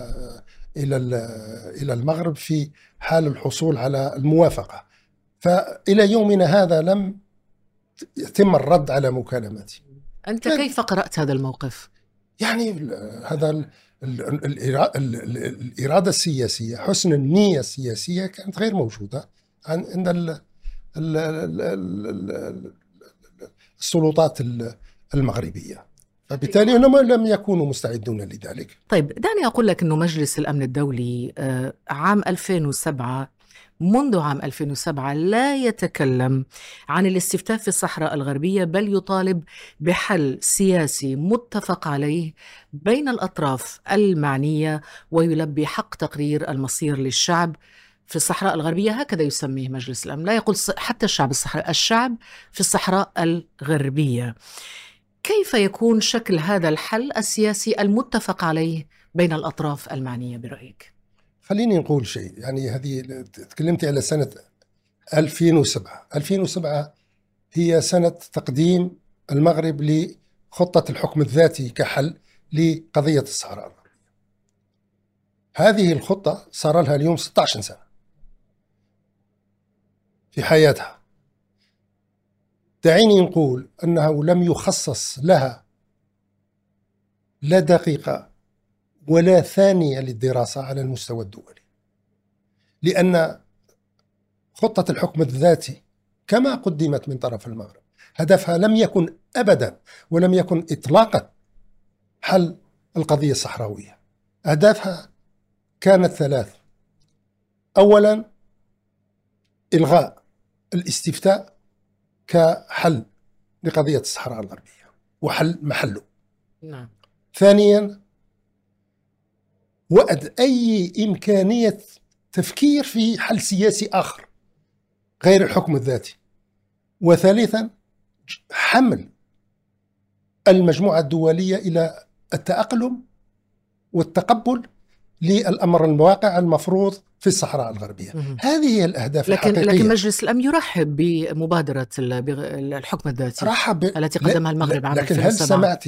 إلى المغرب في حال الحصول على الموافقة. فإلى يومنا هذا لم يتم الرد على مكالماتي. أنت كيف قرأت هذا الموقف؟ يعني هذا الإرادة السياسية، حسن النية السياسية كانت غير موجودة عند السلطات المغربية، فبالتالي هم لم يكونوا مستعدون لذلك. طيب دعني أقول لك أنه مجلس الأمن الدولي عام 2007، منذ عام 2007 لا يتكلم عن الاستفتاء في الصحراء الغربية، بل يطالب بحل سياسي متفق عليه بين الأطراف المعنية، ويلبي حق تقرير المصير للشعب في الصحراء الغربية. هكذا يسميه مجلس الأمن، لا يقول حتى الشعب في الصحراء الغربية. كيف يكون شكل هذا الحل السياسي المتفق عليه بين الأطراف المعنية برأيك؟ خليني نقول شيء. يعني هذه تكلمتي على سنة 2007. 2007 هي سنة تقديم المغرب لخطة الحكم الذاتي كحل لقضية الصحراء الغربية. هذه الخطة صار لها اليوم 16 سنة في حياتها. دعيني نقول أنه لم يخصص لها لا دقيقة ولا ثانية للدراسة على المستوى الدولي، لأن خطة الحكم الذاتي كما قدمت من طرف المغرب هدفها لم يكن أبدا ولم يكن إطلاقا حل القضية الصحراوية. أهدافها كانت ثلاث: أولا إلغاء الاستفتاء كحل لقضية الصحراء الغربية وحل محله. نعم. ثانيا وأد أي إمكانية تفكير في حل سياسي آخر غير الحكم الذاتي. وثالثا حمل المجموعة الدولية إلى التأقلم والتقبل للأمر الواقع المفروض في الصحراء الغربية. هذه هي الأهداف الحقيقية. لكن مجلس الأمن يرحب بمبادرة الحكم الذاتي رحب التي قدمها المغرب عام 2007. لكن هل سمعت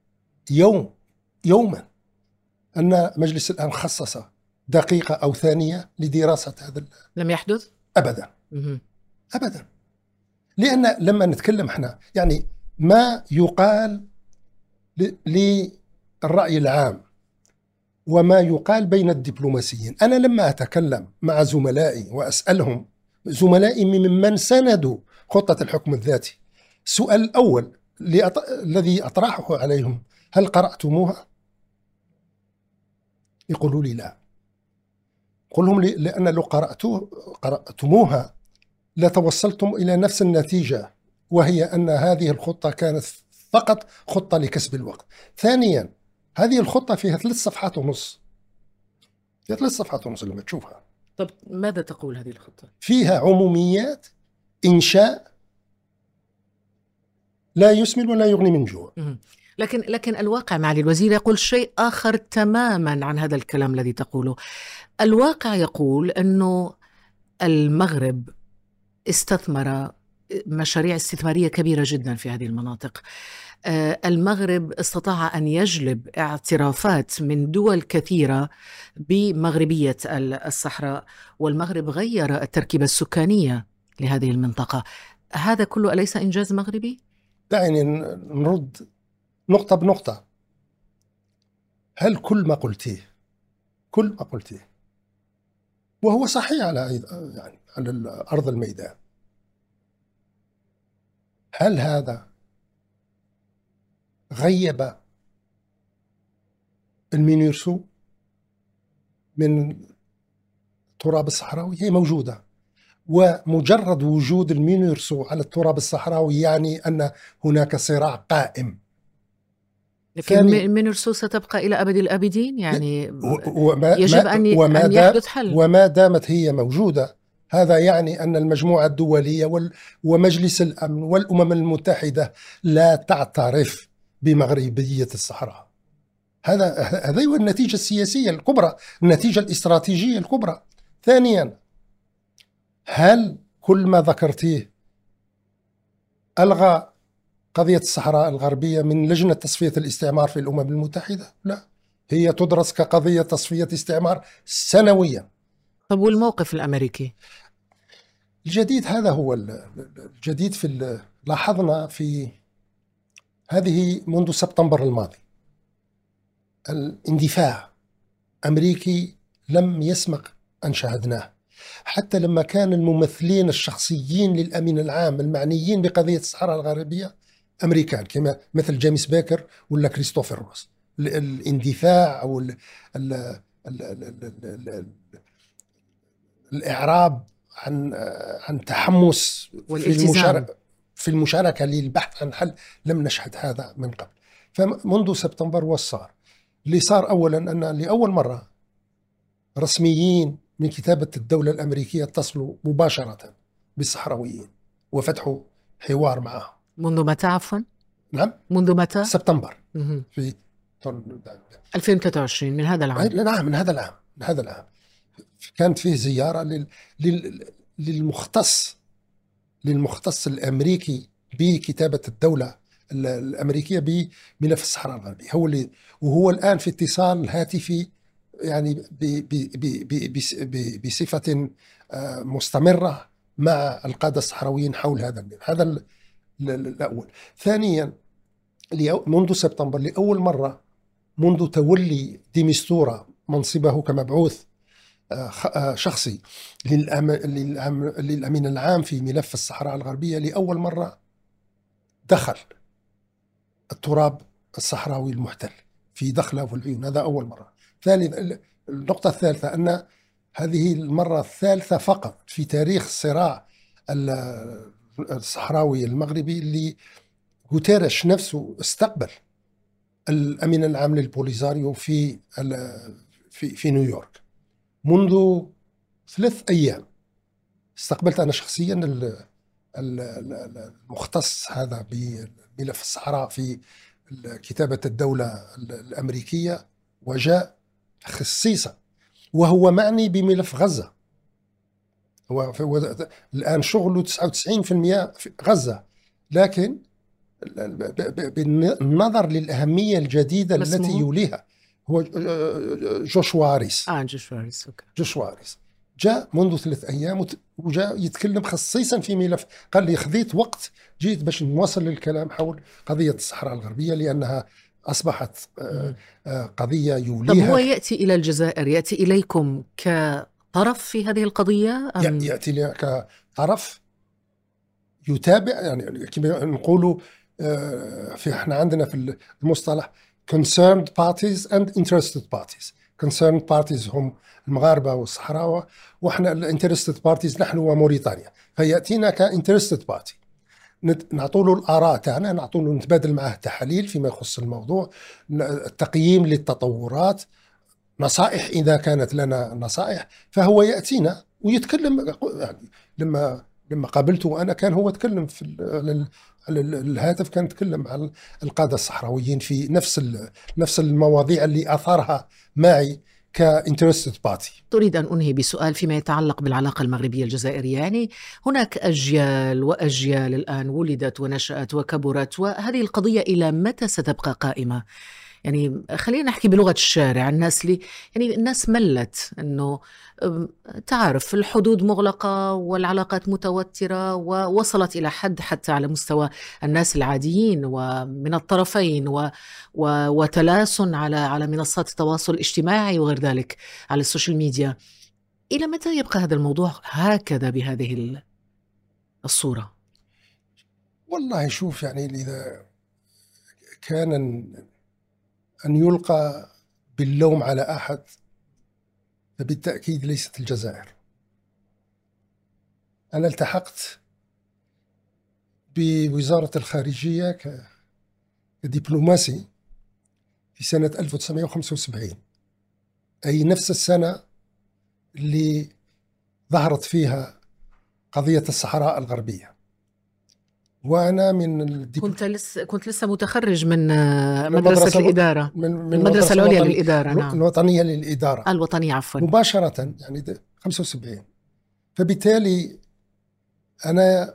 يوما أن مجلس الأمن خصص دقيقة أو ثانية لدراسة هذا؟ لم يحدث أبدا. أبدا. لأن لما نتكلم احنا يعني ما يقال للرأي العام وما يقال بين الدبلوماسيين، أنا لما أتكلم مع زملائي وأسألهم، زملائي ممن سندوا خطة الحكم الذاتي، السؤال الأول الذي أطرحه عليهم: هل قرأتموها؟ يقولوا لي لا. قل لهم لأن لو قرأتموها لتوصلتم إلى نفس النتيجة، وهي أن هذه الخطة كانت فقط خطة لكسب الوقت. ثانيا، هذه الخطة فيها 3 صفحات ونص. فيها 3 صفحات ونص لما تشوفها. طب ماذا تقول هذه الخطة؟ فيها عموميات، إنشاء لا يسمن ولا يغني من جوع. لكن الواقع معالي الوزير يقول شيء آخر تماما عن هذا الكلام الذي تقوله. الواقع يقول أنه المغرب استثمر مشاريع استثمارية كبيرة جدا في هذه المناطق. المغرب استطاع أن يجلب اعترافات من دول كثيرة بمغربية الصحراء، والمغرب غير التركيبة السكانية لهذه المنطقة. هذا كله أليس إنجاز مغربي؟ دعني نرد نقطة بنقطة. هل كل ما قلتيه وهو صحيح على أرض الميدان، هل هذا غيب المينيرسو من التراب الصحراوي؟ هي موجودة، ومجرد وجود المينيرسو على التراب الصحراوي يعني أن هناك صراع قائم. لكن المينيرسو ستبقى إلى أبد الآبدين، يعني يجب أن يحدث حل. وما دامت هي موجودة، هذا يعني أن المجموعة الدولية ومجلس الأمن والأمم المتحدة لا تعترف بمغربية الصحراء. هذا هو النتيجة السياسية الكبرى، النتيجة الاستراتيجية الكبرى. ثانيا، هل كل ما ذكرتيه ألغى قضية الصحراء الغربية من لجنة تصفية الاستعمار في الأمم المتحدة؟ لا، هي تدرس كقضية تصفية استعمار سنويا. طب والموقف الأمريكي؟ الجديد هذا هو الجديد. لاحظنا في هذه منذ سبتمبر الماضي الاندفاع أمريكي لم يسبق أن شاهدناه. حتى لما كان الممثلين الشخصيين للأمين العام المعنيين بقضية الصحراء الغربية أمريكان، كما مثل جيمس بيكر ولا كريستوفر روس، الاندفاع أو الإعراب عن تحمس في المشاركة للبحث عن حل لم نشهد هذا من قبل. فمنذ سبتمبر والصار اللي صار أولا أن لأول مرة رسميين من كتابة الدولة الأمريكية اتصلوا مباشرة بالصحراويين وفتحوا حوار معهم. منذ متى عفوا؟ نعم، منذ متى؟ سبتمبر في 2023 من هذا العام. نعم، من هذا العام كانت فيه زيارة للمختص الأمريكي بكتابة الدولة الأمريكية بملف الصحراء الغربية، وهو الآن في اتصال هاتفي يعني بصفة مستمرة مع القادة الصحراويين حول هذا الأول. ثانيا، منذ سبتمبر لأول مرة منذ تولي دي مستورة منصبه كمبعوث شخصي للأمين العام في ملف الصحراء الغربية، لأول مرة دخل التراب الصحراوي المحتل في دخله والعيون. هذا أول مرة. النقطة الثالثة أن هذه المرة الثالثة فقط في تاريخ الصراع الصحراوي المغربي اللي غوتيريش نفسه استقبل الأمين العام للبوليزاريو في نيويورك. منذ 3 أيام استقبلت أنا شخصيا المختص هذا بملف الصحراء في كتابة الدولة الأمريكية، وجاء خصيصا وهو معني بملف غزة. هو الآن شغله 99% في غزة، لكن بالنظر للأهمية الجديدة التي يوليها هو جوشوا ريس. جوشوا ريس جاء منذ 3 أيام وجاء يتكلم خصيصا في ملف، قال لي خذيت وقت جيت باش نواصل للكلام حول قضية الصحراء الغربية لأنها أصبحت قضية يوليها. طب هو يأتي إلى الجزائر، يأتي إليكم كطرف في هذه القضية أم؟ يأتي لي كطرف يتابع، يعني كما نقولوا احنا عندنا في المصطلح concerned parties and interested parties. concerned parties هم المغاربة والصحراوة، واحنا interested parties نحن وموريتانيا. فيأتينا كinterested party نعطوله الآراء تاعنا، نعطوله نتبادل معه تحاليل فيما يخص الموضوع، التقييم للتطورات، نصائح إذا كانت لنا نصائح. فهو يأتينا ويتكلم. يعني لما قابلته أنا كان هو يتكلم على الهاتف، كان يتكلم عن القادة الصحراويين في نفس المواضيع اللي أثارها معي كإنترستد بارتي. تريد أن أنهي بسؤال فيما يتعلق بالعلاقة المغربية الجزائرية. يعني هناك أجيال وأجيال الآن ولدت ونشأت وكبرت، وهذه القضية إلى متى ستبقى قائمة؟ يعني خلينا نحكي بلغة الشارع، الناس ملت أنه تعرف الحدود مغلقة والعلاقات متوترة، ووصلت إلى حد حتى على مستوى الناس العاديين ومن الطرفين وتلاسن على منصات التواصل الاجتماعي وغير ذلك على السوشيال ميديا. إلى متى يبقى هذا الموضوع هكذا بهذه الصورة؟ والله شوف، يعني إذا كان أن يلقى باللوم على أحد فبالتأكيد ليست الجزائر. أنا التحقت بوزارة الخارجية كدبلوماسي في سنة 1975، أي نفس السنة اللي ظهرت فيها قضية الصحراء الغربية. وأنا كنت لسه متخرج من مدرسة الإدارة، من المدرسة العليا للإدارة. نعم، الوطنية للإدارة، الوطنية عفوا، مباشرة يعني 75. فبالتالي أنا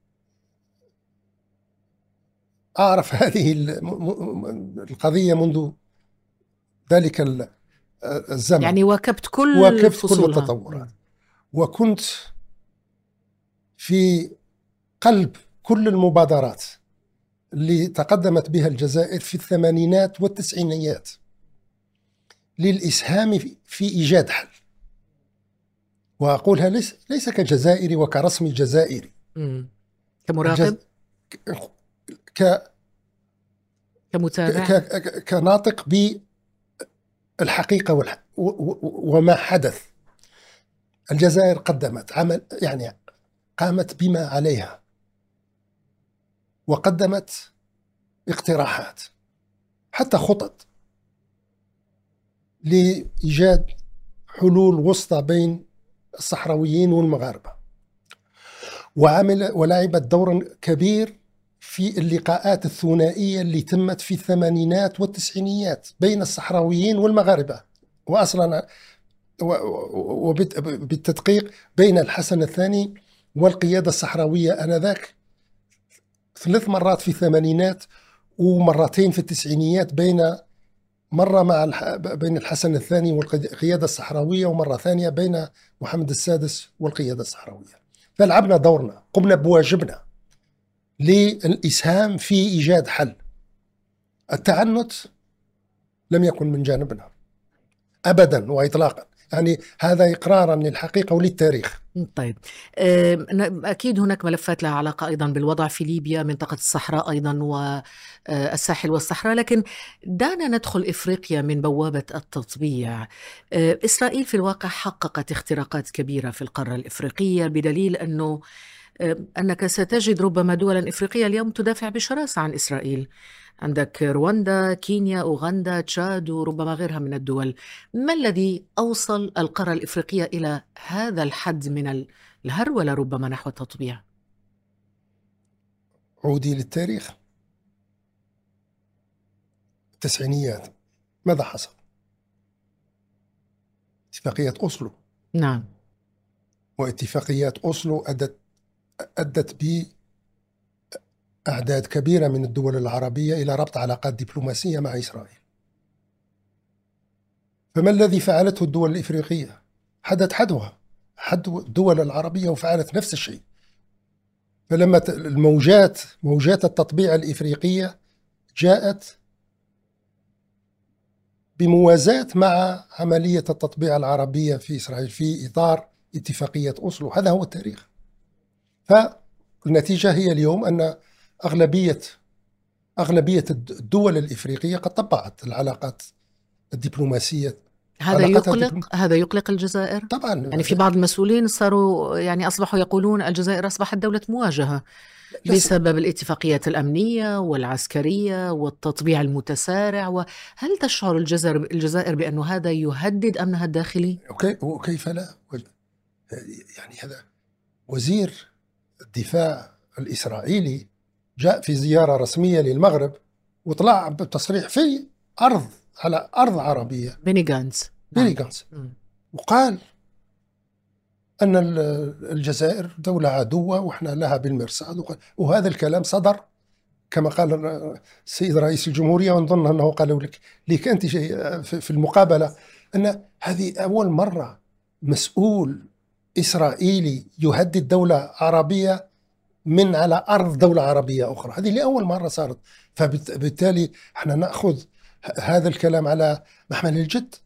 أعرف هذه القضية منذ ذلك الزمن، يعني واكبت كل التطورات، وكنت في قلب كل المبادرات اللي تقدمت بها الجزائر في الثمانينات والتسعينيات للإسهام في إيجاد حل. وأقولها ليس كجزائري وكرسمي جزائري، كمراقب، كمتابع، كناطق بالحقيقة وما حدث. الجزائر قدمت عمل، يعني قامت بما عليها، وقدمت اقتراحات حتى خطط لإيجاد حلول وسطى بين الصحراويين والمغاربة، ولعبت دورا كبير في اللقاءات الثنائية اللي تمت في الثمانينات والتسعينيات بين الصحراويين والمغاربة، وأصلا وبالتدقيق بين الحسن الثاني والقيادة الصحراوية آنذاك 3 مرات في الثمانينات ومرتين في التسعينيات، مرة بين الحسن الثاني والقيادة الصحراوية، ومرة ثانية بين محمد السادس والقيادة الصحراوية. فلعبنا دورنا، قمنا بواجبنا للإسهام في إيجاد حل. التعنت لم يكن من جانبنا أبدا وإطلاقا، يعني هذا إقرارا للحقيقة وللتاريخ. طيب، أكيد هناك ملفات لها علاقة أيضا بالوضع في ليبيا، منطقة الصحراء أيضا والساحل والصحراء، لكن دعنا ندخل إفريقيا من بوابة التطبيع. إسرائيل في الواقع حققت اختراقات كبيرة في القارة الإفريقية، بدليل أنك ستجد ربما دولا إفريقية اليوم تدافع بشراسة عن إسرائيل. عندك رواندا، كينيا، أوغندا، تشاد، وربما غيرها من الدول. ما الذي أوصل القارة الإفريقية إلى هذا الحد من الهرولة ربما نحو التطبيع؟ عودي للتاريخ، التسعينيات، ماذا حصل؟ اتفاقية أوسلو. نعم. واتفاقيات أوسلو أدت بأعداد كبيرة من الدول العربية إلى ربط علاقات دبلوماسية مع إسرائيل. فما الذي فعلته الدول الإفريقية؟ حدو الدول العربية وفعلت نفس الشيء. فلما موجات التطبيع الإفريقية جاءت بموازاة مع عملية التطبيع العربية في إسرائيل في إطار اتفاقية أوسلو. هذا هو التاريخ. فالنتيجة هي اليوم أن أغلبية الدول الإفريقية قد طبعت العلاقات الدبلوماسية. هذا يقلق الجزائر طبعا. يعني في بعض المسؤولين صاروا يعني أصبحوا يقولون الجزائر أصبحت دولة مواجهة بسبب الاتفاقيات الأمنية والعسكرية والتطبيع المتسارع. وهل تشعر الجزائر بأن هذا يهدد أمنها الداخلي؟ وكيف لا؟ يعني هذا وزير الدفاع الإسرائيلي جاء في زيارة رسمية للمغرب وطلع بتصريح في على أرض عربية، بيني غانتز، وقال أن الجزائر دولة عدوة وإحنا لها بالمرصاد. وهذا الكلام صدر كما قال السيد رئيس الجمهورية، ونظن أنه قالوا لك أنت شيء في المقابلة، أن هذه أول مرة مسؤول إسرائيلي يهدد دولة عربية من على أرض دولة عربية أخرى. هذه لأول مرة صارت. فبالتالي احنا نأخذ هذا الكلام على محمل الجد.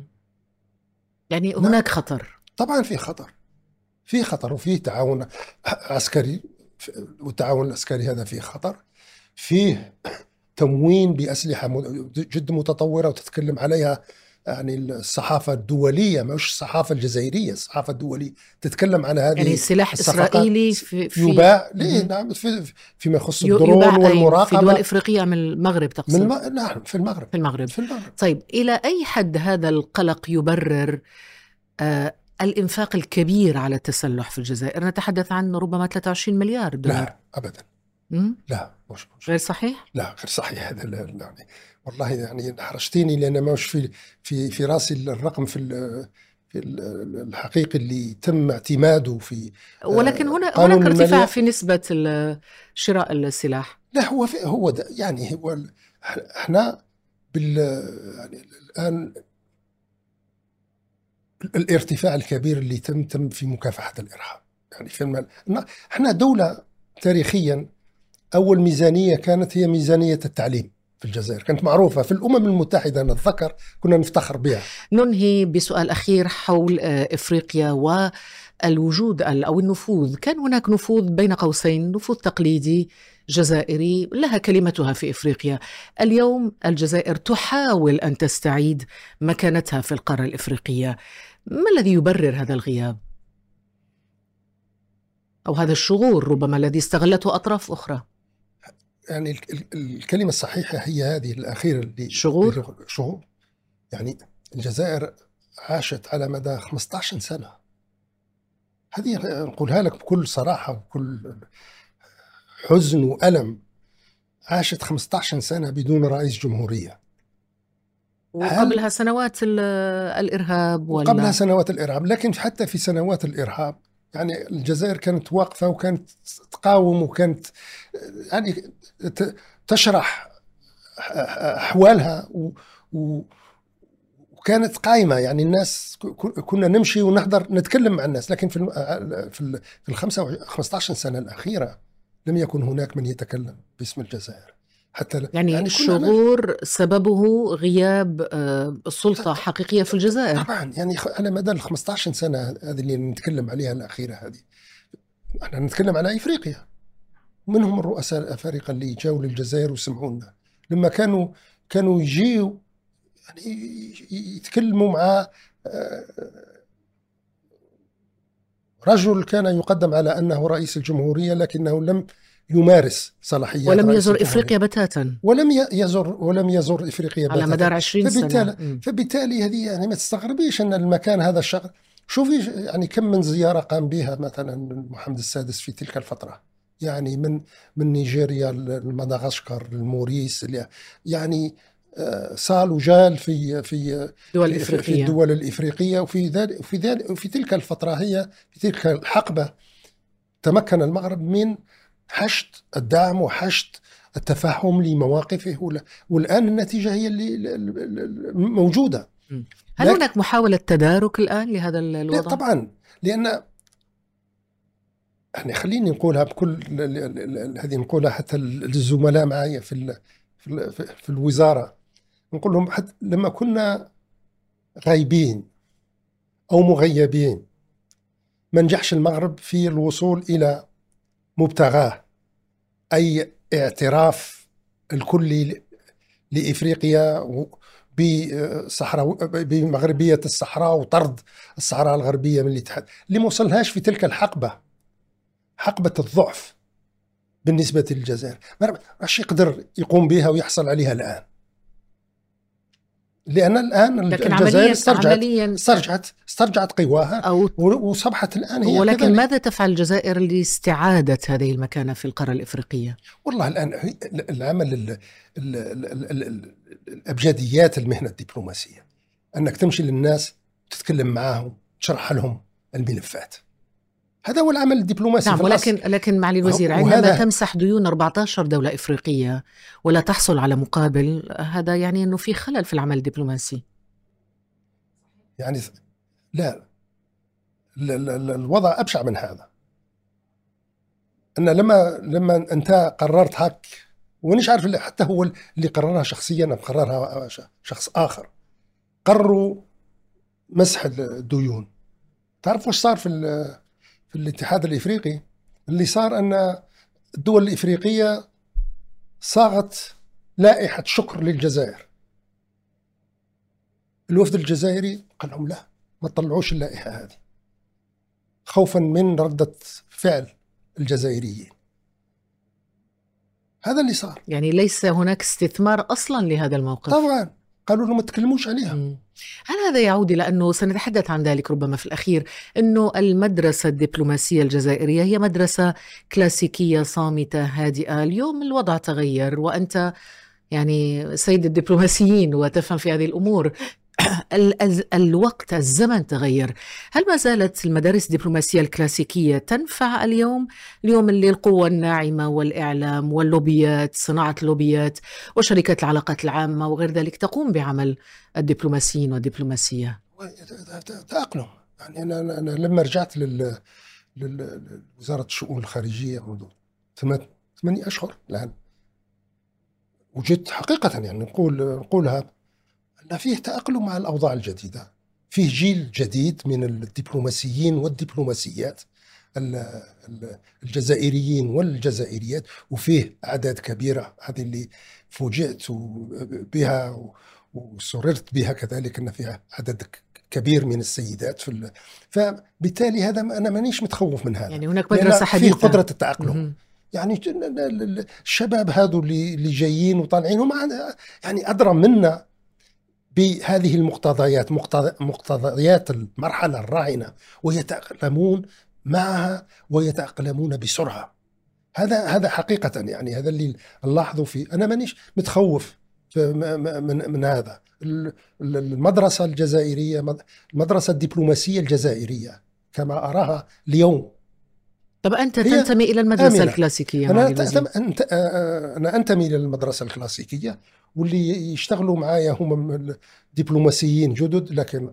يعني هناك خطر. طبعا في خطر وفي تعاون عسكري، والتعاون العسكري هذا فيه خطر. فيه تموين بأسلحة جد متطورة وتتكلم عليها يعني الصحافة الدولية، مش الصحافة الجزائرية، الصحافة الدولية تتكلم عن هذه يعني سلاح إسرائيلي يباع نعم فيما يخص الدرون والمراقبة في دول إفريقية من المغرب تقصد؟ نعم في المغرب. طيب إلى أي حد هذا القلق يبرر الإنفاق الكبير على التسلح في الجزائر؟ نتحدث عن ربما 23 مليار دولار. لا أبدا. لا مش غير صحيح؟ لا غير صحيح. هذا يعني والله يعني حرجتيني، لأن ما مش في راسي الرقم في الحقيقي اللي تم اعتماده في. ولكن هناك ارتفاع في نسبة شراء السلاح. لا هو ده يعني هو احنا يعني الآن الارتفاع الكبير اللي تم في مكافحة الإرهاب. يعني احنا دولة تاريخيا أول ميزانية كانت هي ميزانية التعليم في الجزائر، كانت معروفة في الأمم المتحدة، نتذكر كنا نفتخر بها. ننهي بسؤال أخير حول إفريقيا والوجود أو النفوذ. كان هناك نفوذ بين قوسين، نفوذ تقليدي جزائري لها كلمتها في إفريقيا. اليوم الجزائر تحاول أن تستعيد مكانتها في القارة الإفريقية. ما الذي يبرر هذا الغياب أو هذا الشغور ربما الذي استغلته أطراف أخرى؟ يعني الكلمة الصحيحة هي هذه الأخيرة اللي شغور. يعني الجزائر عاشت على مدى 15 سنة، هذه نقولها لك بكل صراحة وبكل حزن وألم، عاشت 15 سنة بدون رئيس جمهورية. وقبلها سنوات الإرهاب وقبلها سنوات الإرهاب. لكن حتى في سنوات الإرهاب يعني الجزائر كانت واقفة وكانت تقاوم وكانت يعني تشرح أحوالها وكانت قائمة. يعني الناس كنا نمشي ونحضر نتكلم مع الناس. لكن في 15 سنة الأخيرة لم يكن هناك من يتكلم باسم الجزائر حتى يعني الشغور سببه غياب السلطة حقيقية في الجزائر. طبعا يعني على مدى 15 سنة هذه اللي نتكلم عليها الأخيرة هذه، احنا نتكلم على إفريقيا، منهم الرؤساء الأفارقة اللي جاوا للجزائر وسمعوا لنا لما كانوا يجيوا يعني يتكلموا مع رجل كان يقدم على أنه رئيس الجمهورية لكنه لم يمارس صلاحيات ولم يزور إفريقيا بتاتا، ولم يزور إفريقيا على مدار 20 سنة. فبالتالي هذه يعني ما تستغربيش أن المكان هذا الشغل. شوفي يعني كم من زيارة قام بها مثلا محمد السادس في تلك الفترة، يعني من نيجيريا لمدغشقر للموريس، يعني صال وجال في دول في إفريقية. الدول الإفريقية. وفي تلك الفترة، في تلك الحقبة، تمكن المغرب من حشد الدعم وحشد التفهم لمواقفه، والآن النتيجة هي اللي موجودة. هل هناك محاولة تدارك الآن لهذا الوضع؟ طبعا، لأن يعني خليني نقولها بكل هذه، نقولها حتى الزملاء معي في الوزارة، نقول لهم حتى لما كنا غايبين أو مغيبين ما نجحش المغرب في الوصول إلى مبتغاه، أي اعتراف الكلي لإفريقيا بمغربية الصحراء وطرد الصحراء الغربية من الاتحاد، اللي ما وصلهاش في تلك الحقبة، حقبة الضعف بالنسبة للجزائر، ماش يقدر يقوم بها ويحصل عليها الآن. لأن الآن الجزائر استرجعت قواها وصبحت الآن هي ولكن كذلك. ماذا تفعل الجزائر لاستعادة هذه المكانة في القارة الإفريقية؟ والله الآن العمل الأبجديات المهنة الدبلوماسية، أنك تمشي للناس تتكلم معهم تشرح لهم الملفات، هذا هو العمل الدبلوماسي. نعم، لكن معالي الوزير، عندما تمسح ديون 14 دولة إفريقية ولا تحصل على مقابل، هذا يعني أنه في خلل في العمل الدبلوماسي. يعني لا الوضع أبشع من هذا. أن لما أنت قررت هاك، ونش عارف حتى هو اللي قررها شخصيا أم قررها شخص آخر، قرروا مسح الديون. تعرف وش صار في الاتحاد الإفريقي؟ اللي صار أن الدول الإفريقية صاغت لائحة شكر للجزائر. الوفد الجزائري قال لهم لا، ما تطلعوش اللائحة هذه، خوفا من ردة فعل الجزائريين. هذا اللي صار. يعني ليس هناك استثمار أصلا لهذا الموقف. طبعا قالوا له ما تكلموش عليها. هل هذا يعود إلى أنه سنتحدث عن ذلك ربما في الأخير، أنه المدرسة الدبلوماسية الجزائرية هي مدرسة كلاسيكية صامتة هادئة؟ اليوم الوضع تغير، وأنت يعني سيد الدبلوماسيين وتفهم في هذه الأمور. الوقت، الزمن تغير. هل ما زالت المدارس الدبلوماسية الكلاسيكية تنفع اليوم اللي القوة الناعمة والإعلام واللوبيات، صناعة اللوبيات وشركات العلاقات العامة وغير ذلك تقوم بعمل الدبلوماسيين والدبلوماسية؟ تأقلم. يعني أنا لما رجعت لوزارة الشؤون الخارجية منذ 8 أشهر الآن، وجدت حقيقة يعني نقولها أن فيه تأقلم مع الأوضاع الجديدة، فيه جيل جديد من الدبلوماسيين والدبلوماسيات الجزائريين والجزائريات، وفيه أعداد كبيرة، هذه اللي فوجئت بها وسررت بها كذلك، أن فيها عدد كبير من السيدات فبالتالي هذا أنا مانيش متخوف من هذا. يعني هناك مدرسة حديثة، فيه قدرة التأقلم. يعني الشباب هذو اللي جايين وطالعين هم يعني أدرى منا بهذه المقتضيات، مقتضيات المرحلة الراهنة، ويتأقلمون معها ويتأقلمون بسرعة. هذا حقيقة يعني هذا اللي نلاحظه فيه. أنا مانيش متخوف من هذا. المدرسة الجزائرية، المدرسة الدبلوماسية الجزائرية كما أراها اليوم. طب أنت تنتمي إلى المدرسة الكلاسيكية؟ أنا أنتمي إلى المدرسة الكلاسيكية، واللي يشتغلوا معايا هم دبلوماسيين جدد، لكن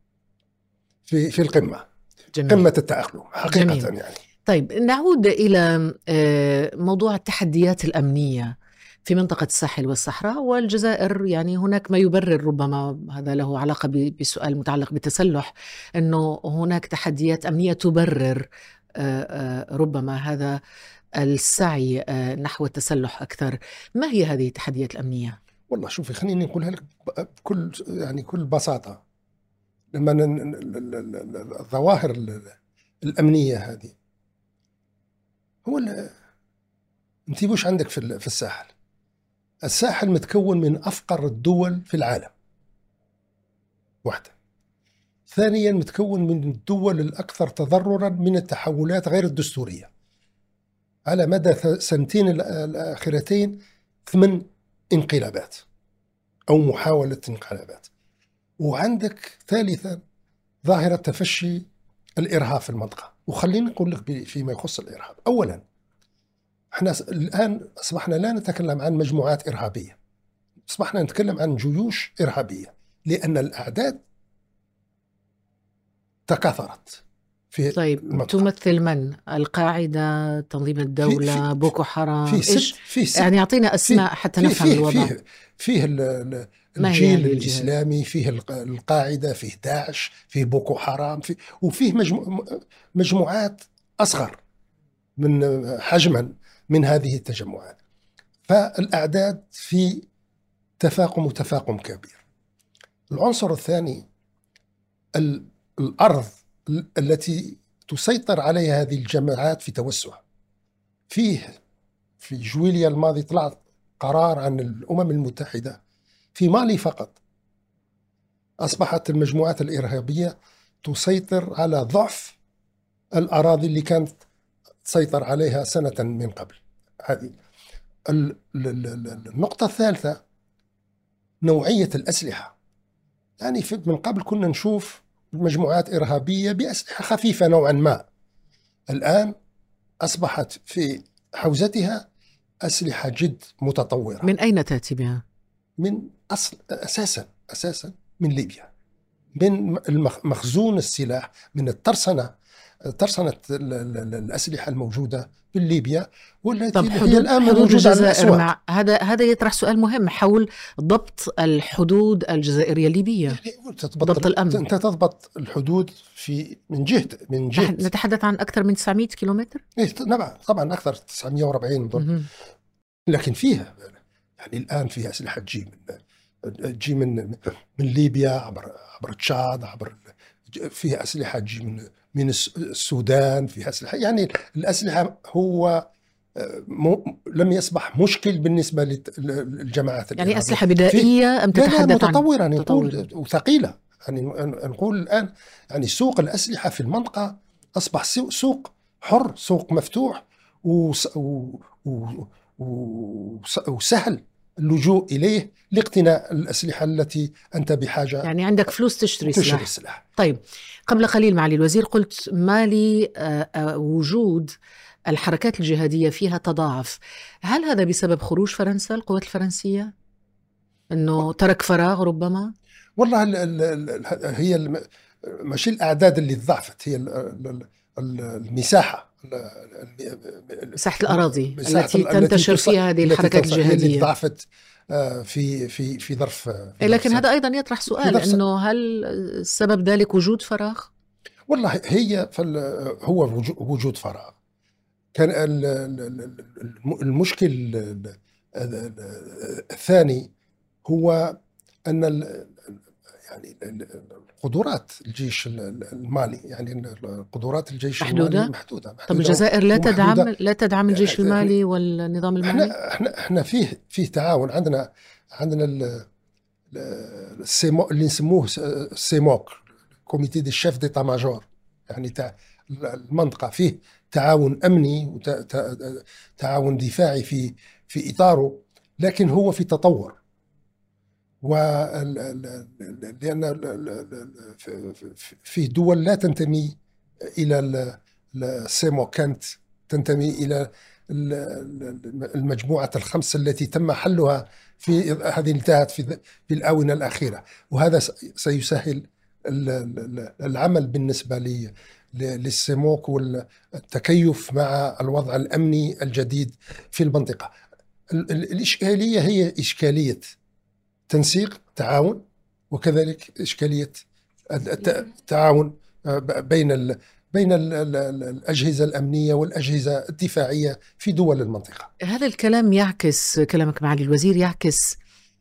في القمة. جميل. قمة التأقلم حقيقة. جميل. يعني طيب نعود إلى موضوع التحديات الأمنية في منطقة الساحل والصحراء والجزائر. يعني هناك ما يبرر، ربما هذا له علاقة بسؤال متعلق بالتسلح، أنه هناك تحديات أمنية تبرر ربما هذا السعي نحو التسلح أكثر. ما هي هذه التحديات الأمنية؟ والله شوفي، خليني نقولها لك بكل بساطة. لما الظواهر الأمنية هذه، هو انت وش عندك في الساحل؟ الساحل متكون من أفقر الدول في العالم، واحدة. ثانيا متكون من الدول الأكثر تضررا من التحولات غير الدستورية. على مدى 2 سنين الأخيرتين 8 انقلابات أو محاولة انقلابات. وعندك ثالثا ظاهرة تفشي الإرهاب في المنطقة. وخليني أقول لك فيما يخص الإرهاب، أولا احنا الآن أصبحنا لا نتكلم عن مجموعات إرهابية، أصبحنا نتكلم عن جيوش إرهابية، لأن الأعداد تكاثرت في طيب المنطقة. تمثل من؟ القاعدة، تنظيم الدولة، بوكو حرام؟ في يعني يعطينا أسماء حتى نفهم الوضع. فيه الجيل الإسلامي، فيه القاعدة، فيه داعش، فيه بوكو حرام، وفيه مجموعات أصغر من حجما من هذه التجمعات. فالأعداد في تفاقم وتفاقم كبير. العنصر الثاني الأرض التي تسيطر عليها هذه الجماعات في توسع. في جويليا الماضي طلع قرار عن الأمم المتحدة في مالي فقط أصبحت المجموعات الإرهابية تسيطر على ضعف الأراضي اللي كانت تسيطر عليها سنة من قبل. هذه النقطة الثالثة نوعية الأسلحة. يعني من قبل كنا نشوف مجموعات إرهابية بأسلحة خفيفة نوعا ما، الآن أصبحت في حوزتها أسلحة جد متطورة. من أين تأتي بها؟ من أساسا من ليبيا، من مخزون السلاح، من ترسنة الأسلحة الموجودة في ليبيا، والتي هي الآن موجودة على الأسواق. مع هذا يطرح سؤال مهم حول ضبط الحدود الجزائرية الليبية. يعني ضبط الأمن. أنت تضبط الحدود من جهة نتحدث عن أكثر من 900 كيلومتر؟ طبعا أكثر 940. لكن فيها يعني الآن فيها أسلحة تجي من ليبيا عبر تشاد، فيها أسلحة تجي من السودان، فيها أسلحة. يعني الأسلحة هو لم يصبح مشكل بالنسبة للجماعات الإرهابية. يعني أسلحة بدائية أم تتحدث عن متطورة نقول وثقيلة؟ يعني نقول الآن يعني سوق الأسلحة في المنطقة أصبح سوق حر، سوق مفتوح وسهل اللجوء إليه لاقتناء الأسلحة التي أنت بحاجة. يعني عندك فلوس تشتري سلاح. طيب، قبل قليل معالي الوزير قلت مالي وجود الحركات الجهادية فيها تضاعف. هل هذا بسبب خروج فرنسا، القوات الفرنسية، أنه ترك فراغ ربما؟ والله هي مش الأعداد اللي ضعفت، هي المساحة، مساحة الأراضي التي تنتشر فيها هذه الحركات الجهادية اللي ضعفت في ظرف. لكن هذا أيضا يطرح سؤال، أنه هل السبب ذلك وجود فراغ؟ والله هو وجود فراغ. كان المشكل الثاني هو أن يعني قدرات الجيش المالي، يعني قدرات الجيش المالي محدودة. طب الجزائر لا تدعم الجيش المالي والنظام المالي؟ احنا فيه تعاون. عندنا اللي نسموه السيموك، كوميتي دي الشيف ديتا ماجور. يعني المنطقة فيه تعاون أمني وتعاون دفاعي في إطاره، لكن هو في تطور. لأن في دول لا تنتمي إلى السيموك، كانت تنتمي إلى المجموعة الخمس التي تم حلها في هذه انتهت في الآونة الأخيرة، وهذا سيسهل العمل بالنسبة للسيموك والتكيف مع الوضع الأمني الجديد في المنطقة. الإشكالية هي إشكالية تنسيق تعاون، وكذلك إشكالية التعاون بين الأجهزة الأمنية والأجهزة الدفاعية في دول المنطقة. هذا الكلام يعكس، كلامك معالي الوزير يعكس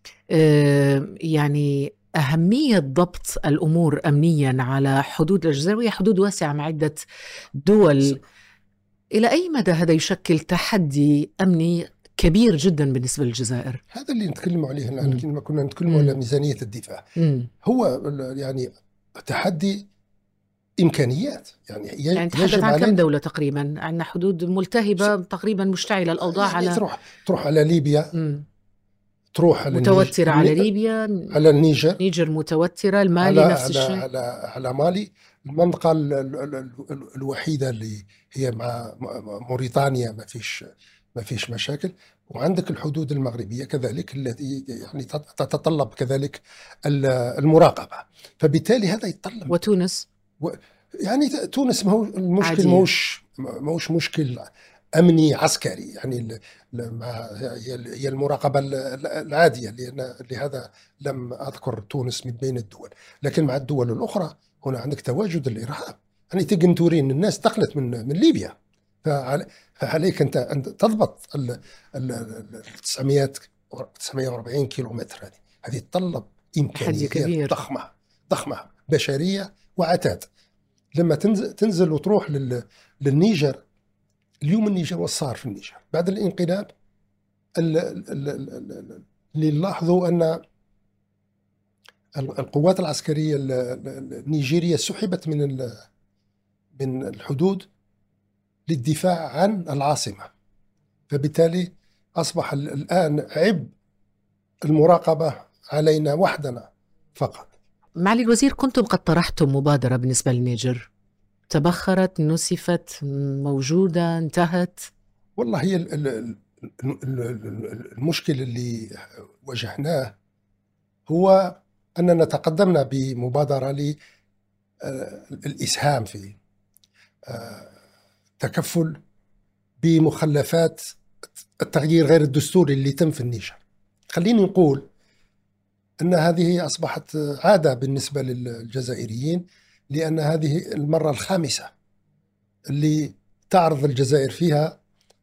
يعني أهمية ضبط الأمور أمنيا على حدود الجزائر، وهي حدود واسعة مع عدة دول. إلى أي مدى هذا يشكل تحدي أمني كبير جدا بالنسبة للجزائر؟ هذا اللي نتكلم عليه الآن. لما كنا نتكلم على ميزانية الدفاع، هو يعني تحدي إمكانيات. يعني تحدث عن كم دولة تقريبا؟ عندنا حدود ملتهبة تقريبا، مشتعلة الأوضاع. يعني على تروح على ليبيا، تروح على متوترة على ليبيا، على النيجر، نيجر متوترة، المالي نفس الشيء. على مالي. المنطقة الوحيدة اللي هي مع موريتانيا ما فيش مشاكل. وعندك الحدود المغربية كذلك التي يعني تتطلب كذلك المراقبة. فبالتالي هذا يتطلب. وتونس يعني تونس ما هو المشكل، موش مشكل أمني عسكري، يعني هي المراقبة العادية، لهذا لم أذكر تونس من بين الدول. لكن مع الدول الأخرى هنا عندك تواجد الإرهاب. يعني تجنتورين الناس دخلت من ليبيا، فعليك أنت تضبط ال 940 كيلومتر. هذه تطلب إمكانيات ضخمة بشرية وعتاد. لما تنزل وتروح للنيجر، اليوم النيجر والصار في النيجر بعد الانقلاب، اللي لاحظوا أن القوات العسكرية النيجيرية سحبت من الحدود للدفاع عن العاصمة. فبالتالي أصبح الآن عبء المراقبة علينا وحدنا فقط. معالي الوزير، كنتم قد طرحتم مبادرة بالنسبة للنيجر، تبخرت، نسفت، موجودة، انتهت؟ والله هي المشكل اللي واجهناه هو أننا تقدمنا بمبادرة للإسهام في تكفل بمخلفات التغيير غير الدستوري اللي تم في النيجر. خليني نقول أن هذه أصبحت عادة بالنسبة للجزائريين، لأن هذه المرة الخامسة اللي تعرض الجزائر فيها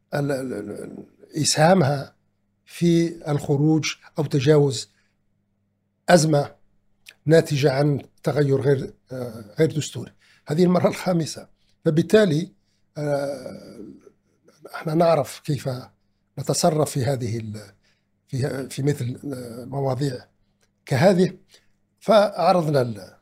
إسهامها في الخروج أو تجاوز أزمة ناتجة عن تغير غير دستوري. هذه المرة الخامسة. فبالتالي احنا نعرف كيف نتصرف في مثل مواضيع كهذه. فعرضنا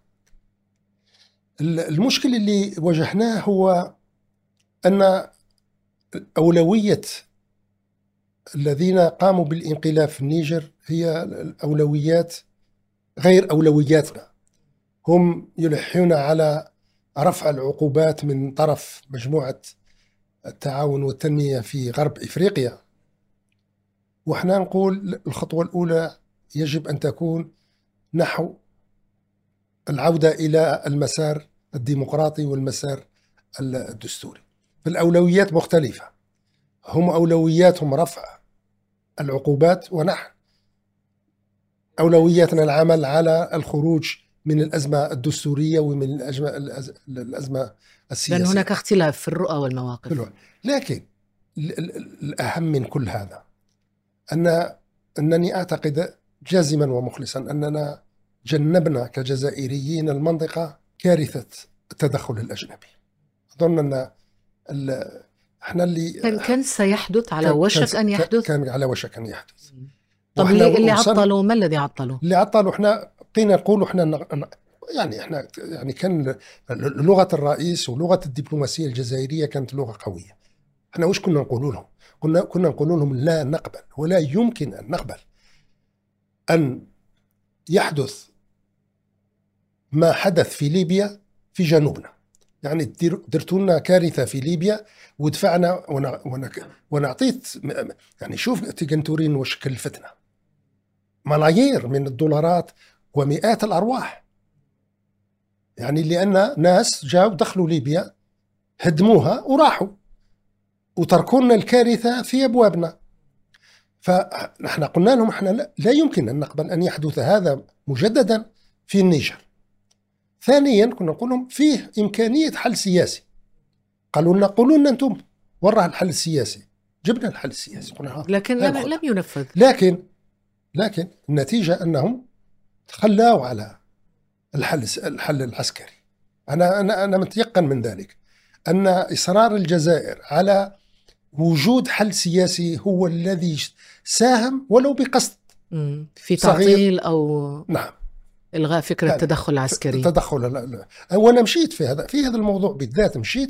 المشكل اللي واجهناه هو أن أولوية الذين قاموا بالانقلاب في النيجر هي الأولويات غير أولوياتنا. هم يلحون على رفع العقوبات من طرف مجموعة التعاون والتنمية في غرب إفريقيا، وإحنا نقول الخطوة الأولى يجب أن تكون نحو العودة إلى المسار الديمقراطي والمسار الدستوري. فالأولويات مختلفة. هم أولوياتهم رفع العقوبات، ونحن أولوياتنا العمل على الخروج من الأزمة الدستورية ومن الأزمة السياسية. لأن هناك اختلاف في الرؤى والمواقف. لكن الأهم من كل هذا أنني أعتقد جازما ومخلصا أننا جنبنا كجزائريين المنطقة كارثة التدخل الأجنبي. أظن أن احنا اللي كان سيحدث على وشك أن يحدث. كان على وشك أن يحدث. طب اللي عطلوا، ما الذي عطلوا؟ اللي عطلوا احنا بقينا نقول احنا يعني كان لغة الرئيس ولغة الدبلوماسية الجزائرية كانت لغة قوية. احنا وش كنا نقول لهم؟ كنا نقول لهم لا نقبل ولا يمكن أن نقبل أن يحدث ما حدث في ليبيا في جنوبنا. يعني درتوا لنا كارثة في ليبيا ودفعنا ونعطيت. يعني شوف تجنتورين وش كلفتنا، ملايير من الدولارات ومئات الأرواح. يعني لأن ناس جاءوا دخلوا ليبيا هدموها وراحوا وتركونا الكارثة في أبوابنا. فنحن قلنا لهم احنا لا يمكن أن نقبل أن يحدث هذا مجددا في النيجر. ثانيا كنا نقول لهم فيه إمكانية حل سياسي. قالوا لنا أنتم وراه الحل السياسي. جبنا الحل السياسي لكن لم ينفذ. لكن النتيجة أنهم تخلاوا على الحل العسكري. أنا متيقن من ذلك أن إصرار الجزائر على وجود حل سياسي هو الذي ساهم ولو بقصد في تعطيل أو نعم إلغاء فكرة التدخل العسكري. لا. وأنا مشيت في هذا الموضوع بالذات. مشيت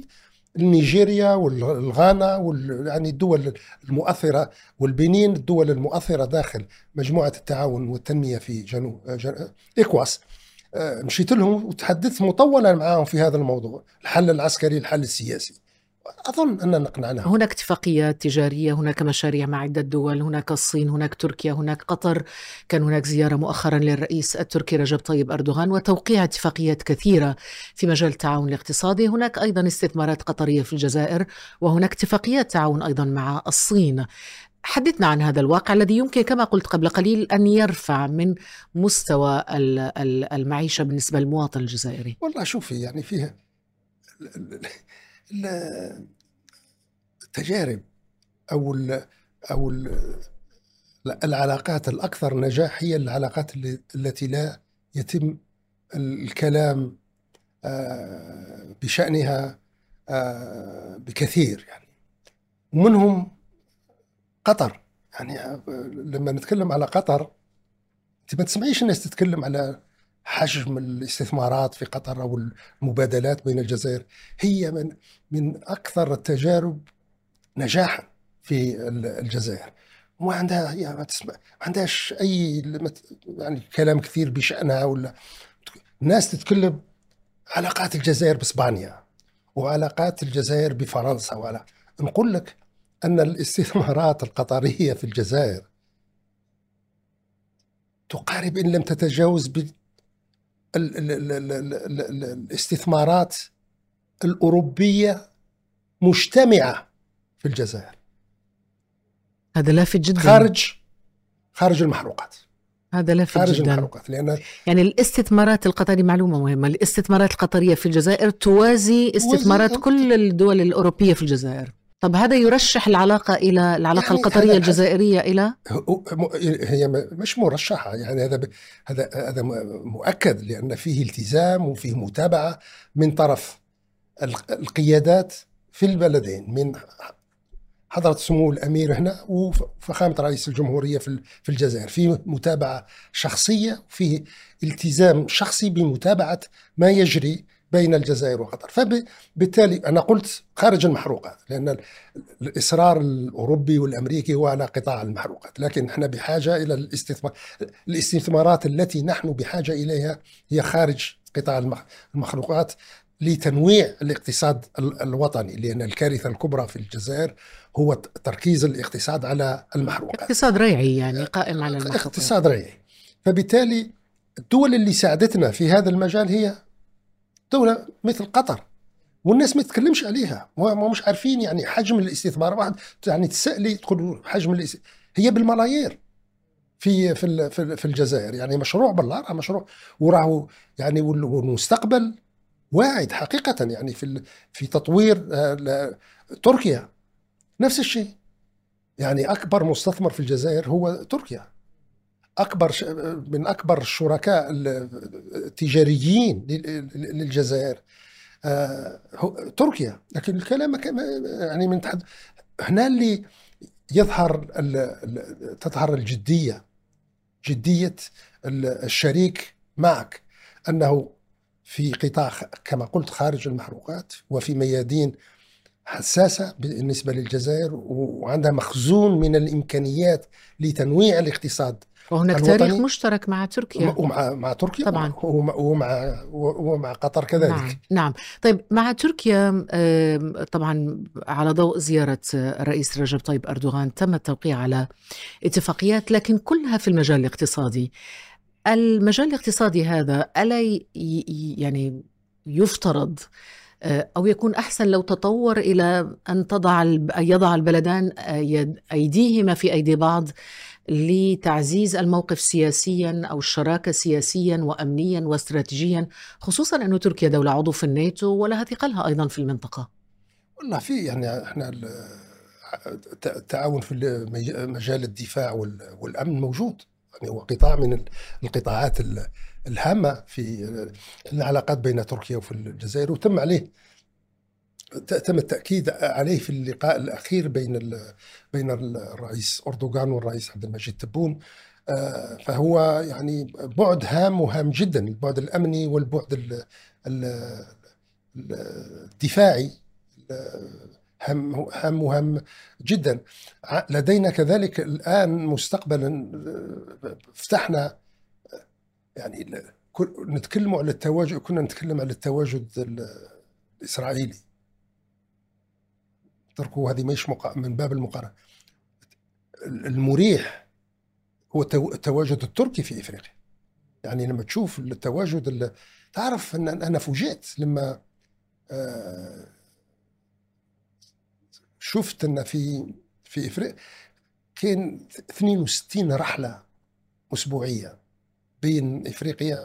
نيجيريا والغانا يعني الدول المؤثرة، والبنين، الدول المؤثرة داخل مجموعة التعاون والتنمية في جنوب إيكواس. مشيت لهم وتحدثت مطولا معهم في هذا الموضوع، الحل العسكري، الحل السياسي. أظن أننا أقنعناهم. هناك اتفاقيات تجارية، هناك مشاريع مع عدة دول، هناك الصين، هناك تركيا، هناك قطر. كان هناك زيارة مؤخرا للرئيس التركي رجب طيب أردوغان وتوقيع اتفاقيات كثيرة في مجال التعاون الاقتصادي. هناك أيضا استثمارات قطرية في الجزائر، وهناك اتفاقيات تعاون أيضا مع الصين. حدثنا عن هذا الواقع الذي يمكن كما قلت قبل قليل أن يرفع من مستوى المعيشة بالنسبة للمواطن الجزائري. والله شوفي، يعني فيها التجارب أو أو العلاقات الأكثر نجاح هي العلاقات التي لا يتم الكلام بشأنها بكثير، يعني ومنهم قطر. يعني لما نتكلم على قطر، انت ما تسمعيش الناس تتكلم على حجم الاستثمارات في قطر او المبادلات بين الجزائر. هي من اكثر التجارب نجاحا في الجزائر، وما عندها يعني ما عندهاش اي يعني كلام كثير بشأنها. ولا الناس تتكلم علاقات الجزائر باسبانيا وعلاقات الجزائر بفرنسا. ولا نقول لك أن الاستثمارات القطرية في الجزائر تقارب إن لم تتجاوز الاستثمارات الأوروبية مجتمعة في الجزائر. هذا لافت جدا. خارج المحروقات. هذا لافت خارج جدا. المحروقات، لأن يعني الاستثمارات القطرية، معلومة مهمة، الاستثمارات القطرية في الجزائر توازي استثمارات كل الدول الأوروبية في الجزائر. طب هذا يرشح العلاقة إلى العلاقة يعني القطرية الجزائرية إلى هي مش مرشحة، يعني هذا مؤكد، لأن فيه التزام وفيه متابعة من طرف القيادات في البلدين، من حضرة سمو الأمير هنا وفخامة رئيس الجمهورية في الجزائر. فيه متابعة شخصية، وفيه التزام شخصي بمتابعة ما يجري بين الجزائر وقطر. فبالتالي أنا قلت خارج المحروقات، لأن الإصرار الأوروبي والأمريكي هو على قطاع المحروقات، لكن نحن بحاجة إلى الاستثمارات التي نحن بحاجة إليها هي خارج قطاع المحروقات، لتنويع الاقتصاد الوطني، لأن الكارثة الكبرى في الجزائر هو تركيز الاقتصاد على المحروقات. اقتصاد ريعي، يعني قائم على المحروقات. اقتصاد ريعي. فبالتالي الدول اللي ساعدتنا في هذا المجال هي دولة مثل قطر، والناس ما تتكلمش عليها، ومش عارفين يعني حجم الاستثمار. واحد يعني تسألي تقول حجم هي بالملايير في الجزائر. يعني مشروع بالله، مشروع وراه يعني، والمستقبل واعد حقيقة. يعني في تطوير تركيا نفس الشيء. يعني أكبر مستثمر في الجزائر هو تركيا، من أكبر الشركاء التجاريين للجزائر تركيا. لكن الكلام يعني من هنا اللي تظهر جدية الشريك معك، أنه في قطاع كما قلت خارج المحروقات، وفي ميادين حساسة بالنسبة للجزائر، وعندها مخزون من الإمكانيات لتنويع الاقتصاد. وهناك تاريخ مشترك مع تركيا، ومع تركيا طبعا، ومع قطر كذلك. نعم. طيب مع تركيا، طبعا على ضوء زيارة الرئيس رجب طيب أردوغان تم التوقيع على اتفاقيات، لكن كلها في المجال الاقتصادي. المجال الاقتصادي هذا ألا يعني يفترض أو يكون أحسن لو تطور إلى أن يضع البلدان أيديهما في أيدي بعض لتعزيز الموقف سياسيا أو الشراكة سياسيا وأمنيا واستراتيجيا، خصوصا أن تركيا دولة عضو في الناتو ولها ثقلها أيضا في المنطقة؟ والله يعني احنا التعاون في مجال الدفاع والأمن موجود، يعني هو قطاع من القطاعات الهامة في العلاقات بين تركيا وفي الجزائر، وتم التأكيد عليه في اللقاء الأخير بين الرئيس أردوغان والرئيس عبد المجيد تبون. فهو يعني بعد هام وهام جدا، البعد الأمني والبعد الدفاعي مهم جدا. لدينا كذلك الآن مستقبلا فتحنا يعني نتكلم على التواجد، كنا نتكلم على التواجد الإسرائيلي، تركوا هذه مش من باب المقارنة. المريح هو التواجد التركي في إفريقيا. يعني لما تشوف التواجد تعرف أن أنا فوجئت لما شفت أن في إفريقيا كان 62 رحلة أسبوعية بين إفريقيا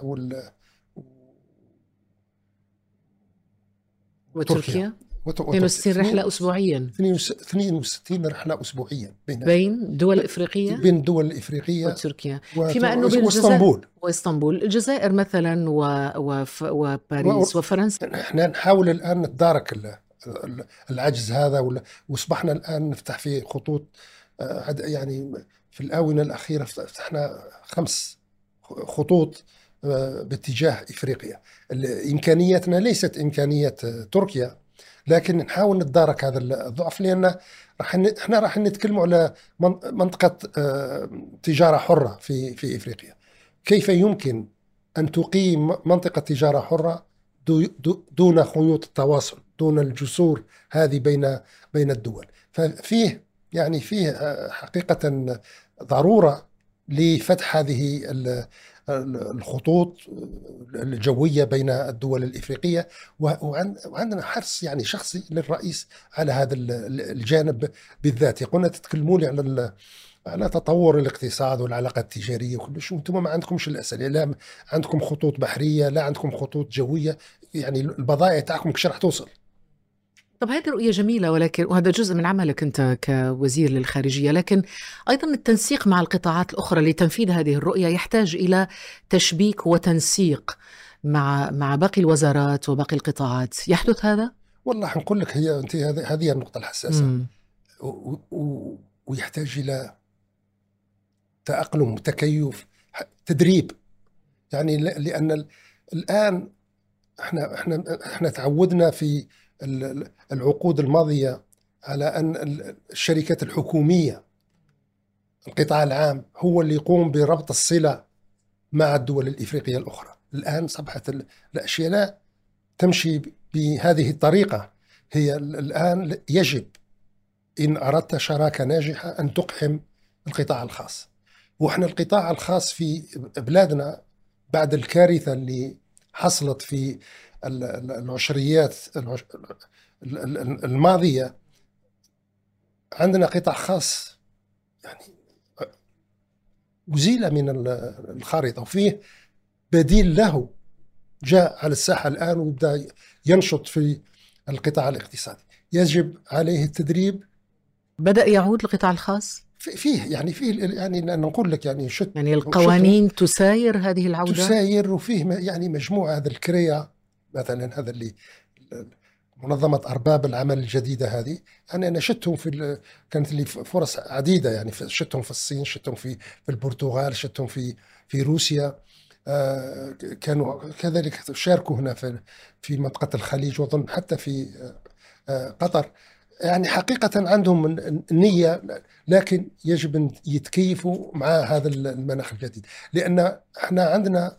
وتركيا. 62 رحلة أسبوعيا. 62 رحلة أسبوعيا بين دول إفريقية، بين دول إفريقية وتركيا. فيما أنه بين واسطنبول، الجزائر مثلا وباريس وفرنسا. احنا نحاول الآن نتدارك العجز هذا، واصبحنا الآن نفتح في خطوط. يعني في الآونة الأخيرة فتحنا 5 خطوط باتجاه إفريقيا. إمكانياتنا ليست إمكانية تركيا، لكن نحاول نتدارك هذا الضعف، لأن احنا راح نتكلم على منطقة تجارة حرة في إفريقيا. كيف يمكن أن تقيم منطقة تجارة حرة دون خيوط التواصل، دون الجسور هذه بين الدول؟ ففيه يعني فيه حقيقة ضرورة لفتح هذه الخطوط الجوية بين الدول الإفريقية، وعندنا حرص يعني شخصي للرئيس على هذا الجانب بالذات. قلنا تتكلمون على تطور الاقتصاد والعلاقات التجارية وكل شيء، وانتم ما عندكمش الأسئلة، لا عندكم خطوط بحرية، لا عندكم خطوط جوية، يعني البضائع تاعكم كش راح توصل. طب هذه رؤية جميلة، ولكن وهذا جزء من عملك أنت كوزير للخارجية، لكن أيضا التنسيق مع القطاعات الأخرى لتنفيذ هذه الرؤية يحتاج إلى تشبيك وتنسيق مع باقي الوزارات وباقي القطاعات. يحدث هذا؟ والله حنقول لك، هذه النقطة الحساسة. ويحتاج إلى تأقلم، تكيف، تدريب. يعني لأن الآن احنا تعودنا في العقود الماضية على أن الشركات الحكومية، القطاع العام، هو اللي يقوم بربط الصلة مع الدول الإفريقية الأخرى. الآن صبحت الأشياء لا تمشي بهذه الطريقة. هي الآن يجب إن أردت شراكة ناجحة أن تقحم القطاع الخاص. وإحنا القطاع الخاص في بلادنا بعد الكارثة اللي حصلت في العشريات الماضية، عندنا قطاع خاص يعني أزيل من الخارطة، وفيه بديل له جاء على الساحة الآن ويبدأ ينشط في القطاع الاقتصادي. يجب عليه التدريب. بدأ يعود القطاع الخاص فيه يعني نقول لك يعني يعني القوانين تساير هذه العودة، تساير. وفيه يعني مجموعة هذا الكريا مثلا، هذا اللي منظمة أرباب العمل الجديدة هذه، أنا شتهم كانت لي فرص عديدة، يعني شتهم في الصين، شتهم في البرتغال، شتهم في روسيا، كانوا كذلك شاركوا هنا في منطقة الخليج، وأظن حتى في قطر. يعني حقيقة عندهم النية، لكن يجب أن يتكيفوا مع هذا المناخ الجديد. لأن احنا عندنا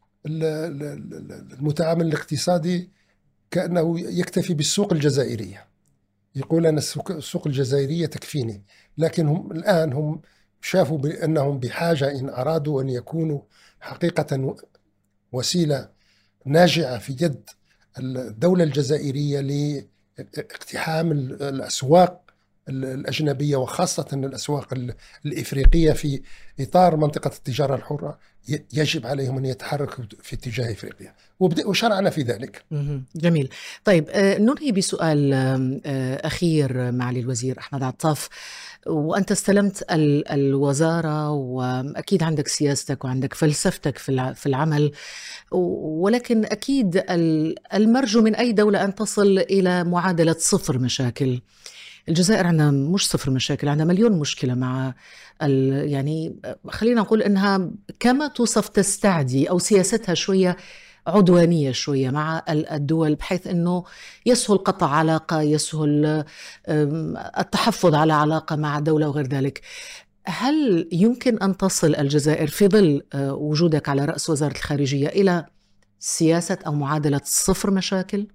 المتعامل الاقتصادي كأنه يكتفي بالسوق الجزائرية، يقول أنا السوق الجزائرية تكفيني. لكن هم شافوا بأنهم بحاجة إن أرادوا أن يكونوا حقيقة وسيلة ناجعة في يد الدولة الجزائرية لاقتحام الأسواق الأجنبية، وخاصة الأسواق الإفريقية في إطار منطقة التجارة الحرة. يجب عليهم أن يتحركوا في اتجاه إفريقيا، وشرعنا في ذلك. جميل. طيب ننهي بسؤال أخير معالي الوزير أحمد عطاف. وأنت استلمت الوزارة، وأكيد عندك سياستك وعندك فلسفتك في العمل، ولكن أكيد المرجو من أي دولة أن تصل إلى معادلة 0 مشاكل. الجزائر عندها مش 0 مشاكل، عندها مليون مشكلة مع يعني خلينا نقول إنها كما توصف تستعدي، أو سياستها شوية عدوانية شوية مع الدول، بحيث أنه يسهل قطع علاقة، يسهل التحفظ على علاقة مع دولة وغير ذلك. هل يمكن أن تصل الجزائر في ظل وجودك على رأس وزارة الخارجية إلى سياسة أو معادلة صفر مشاكل؟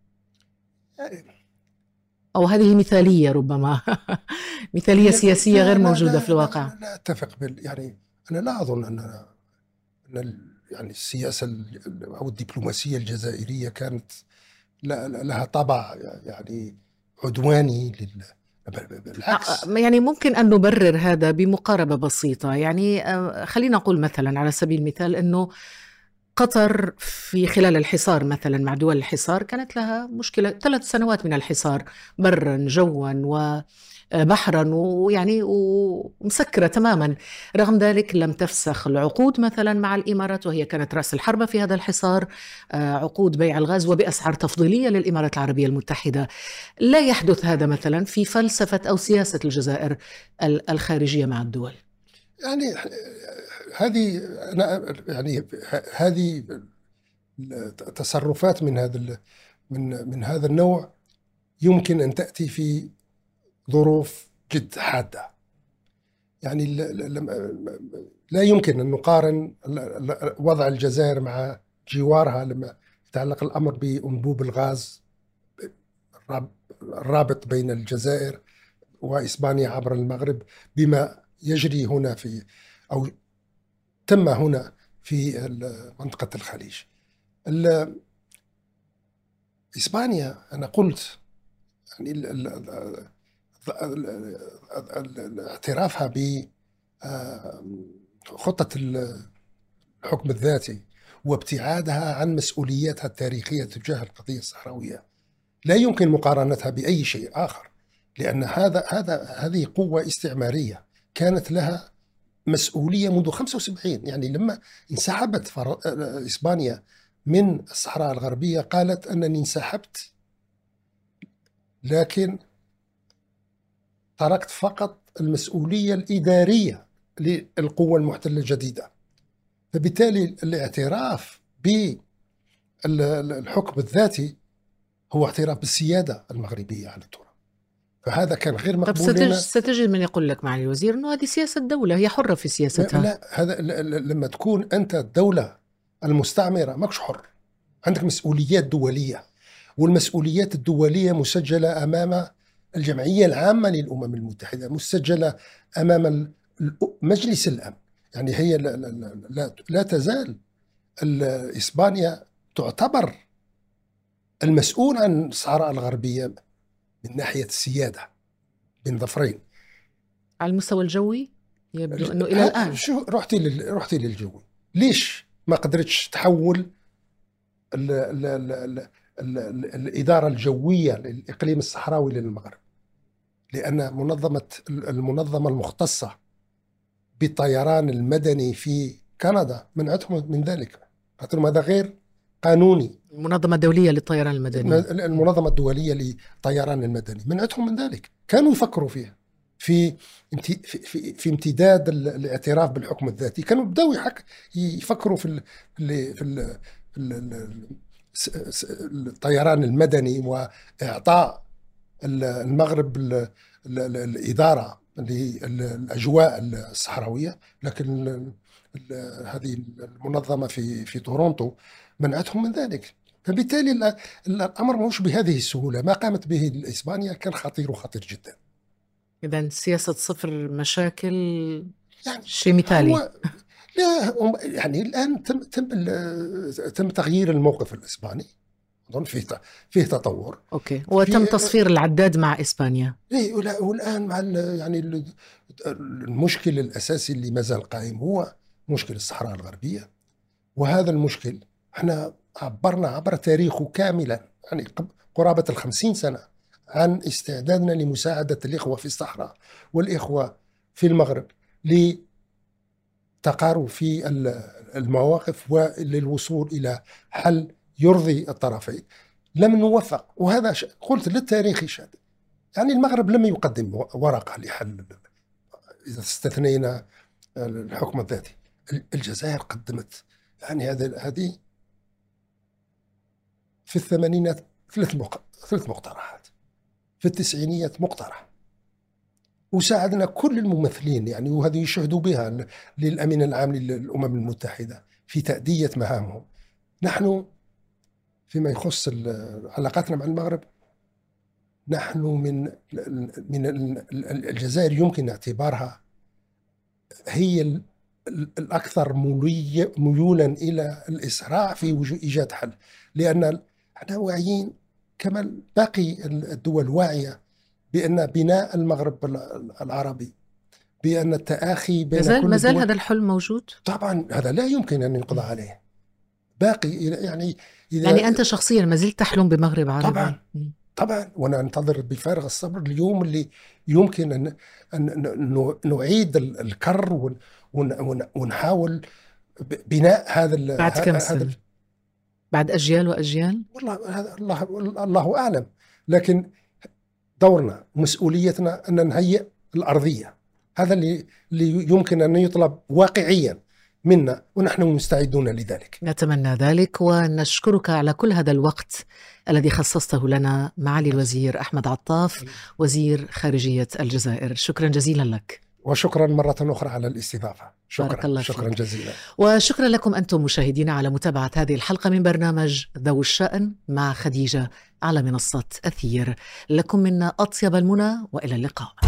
أو هذه مثالية ربما مثالية سياسية غير موجودة في الواقع؟ لا أتفق يعني أنا لا أظن أن يعني السياسة أو الدبلوماسية الجزائرية كانت لها طابع يعني عدواني بالعكس. يعني ممكن أن نبرر هذا بمقاربة بسيطة. يعني خلينا نقول مثلا على سبيل المثال أنه قطر في خلال الحصار مثلا مع دول الحصار كانت لها مشكلة 3 سنوات من الحصار، برا جوا وبحرا، ويعني ومسكرة تماما. رغم ذلك لم تفسخ العقود مثلا مع الإمارات، وهي كانت رأس الحربة في هذا الحصار، عقود بيع الغاز وبأسعار تفضيلية للإمارات العربية المتحدة. لا يحدث هذا مثلا في فلسفة أو سياسة الجزائر الخارجية مع الدول. يعني هذه يعني هذه تصرفات من هذا النوع يمكن أن تأتي في ظروف جد حادة. يعني لا يمكن أن نقارن وضع الجزائر مع جوارها لما يتعلق الأمر بأنبوب الغاز الرابط بين الجزائر وإسبانيا عبر المغرب بما يجري هنا أو تم هنا في منطقة الخليج. إسبانيا أنا قلت يعني اعترافها بخطة الحكم الذاتي وابتعادها عن مسؤولياتها التاريخية تجاه القضية الصحراوية لا يمكن مقارنتها بأي شيء آخر، لأن هذه قوة استعمارية كانت لها مسؤولية منذ 75. يعني لما انسحبت إسبانيا من الصحراء الغربية قالت أنني انسحبت لكن تركت فقط المسؤولية الإدارية للقوة المحتلة الجديدة. فبالتالي الاعتراف بالحكم الذاتي هو اعتراف بالسيادة المغربية على التراب، فهذا كان غير مقبول لنا. ستجد من يقول لك مع الوزير أنه هذه سياسة دولة، هي حرة في سياستها. لا هذا لما تكون أنت الدولة المستعمرة ماكش حر، عندك مسؤوليات دولية، والمسؤوليات الدولية مسجلة أمام الجمعية العامة للأمم المتحدة، مسجلة أمام مجلس الأمن. يعني هي لا تزال إسبانيا تعتبر المسؤول عن الصحراء الغربية من ناحية السيادة بين ظفرين. على المستوى الجوي يبدو أنه إلى الآن شو رحتي للجوي، ليش ما قدرتش تحول الإدارة الجوية للإقليم الصحراوي للمغرب؟ لأن المنظمة المختصة بالطيران المدني في كندا منعتهم من ذلك، قالت لهم هذا غير قانوني. المنظمة الدولية للطيران المدني، المنظمة الدولية للطيران المدني منعتهم من ذلك. كانوا يفكروا فيه في امتداد الاعتراف بالحكم الذاتي، كانوا بدأوا يفكروا في الطيران المدني وإعطاء المغرب الإدارة للأجواء الصحراوية، لكن هذه المنظمة في تورونتو منعتهم من ذلك. فبالتالي الأمر مش بهذه السهولة. ما قامت به إسبانيا كان خطير وخطير جدا. إذن سياسة صفر مشاكل يعني شيء مثالي. لا يعني الآن تم تغيير الموقف الإسباني، أظن فيه تطور. أوكي، وتم تصفير العداد مع إسبانيا. والآن مع يعني المشكل الأساسي اللي ما زال قائم هو مشكل الصحراء الغربية. وهذا المشكل احنا عبرنا عبر تاريخه كاملا، يعني قرابة 50 سنة عن استعدادنا لمساعدة الإخوة في الصحراء والإخوة في المغرب لتقارب في المواقف وللوصول إلى حل يرضي الطرفين. لم نوفق، وهذا قلت للتاريخ شهد. يعني المغرب لم يقدم ورقة لحل، إذا استثنينا الحكم الذاتي. الجزائر قدمت. يعني هذه في الثمانينات ثلاث مقترحات، في التسعينيات مقترح، وساعدنا كل الممثلين يعني، وهذه يشهدوا بها للأمين العام للأمم المتحدة في تأدية مهامهم. نحن فيما يخص علاقاتنا مع المغرب، نحن من الجزائر يمكن اعتبارها هي الأكثر ميولا إلى الإسراع في إيجاد حل، لأن احنا واعيين كما باقي الدول واعية بأن بناء المغرب العربي، بأن التآخي بين كل ما زال الدول، هذا الحلم موجود؟ طبعا هذا لا يمكن أن ينقضى عليه، باقي يعني يعني أنت شخصيا ما زلت تحلم بمغرب عربي؟ طبعا طبعا، وانا انتظر بفارغ الصبر اليوم اللي يمكن ان نعيد الكر ونحاول بناء هذا بعد كم سنة؟ بعد أجيال وأجيال؟ والله الله أعلم، لكن دورنا ومسؤوليتنا أن نهيئ الأرضية، هذا اللي يمكن أن يطلب واقعيا منا، ونحن مستعدون لذلك. نتمنى ذلك، ونشكرك على كل هذا الوقت الذي خصصته لنا معالي الوزير أحمد عطاف وزير خارجية الجزائر. شكرا جزيلا لك، وشكرا مرة أخرى على الاستضافة. شكرا جزيلا، وشكرا لكم أنتم مشاهدينا على متابعة هذه الحلقة من برنامج ذو الشأن مع خديجة على منصة أثير. لكم منا أطيب المنى، وإلى اللقاء.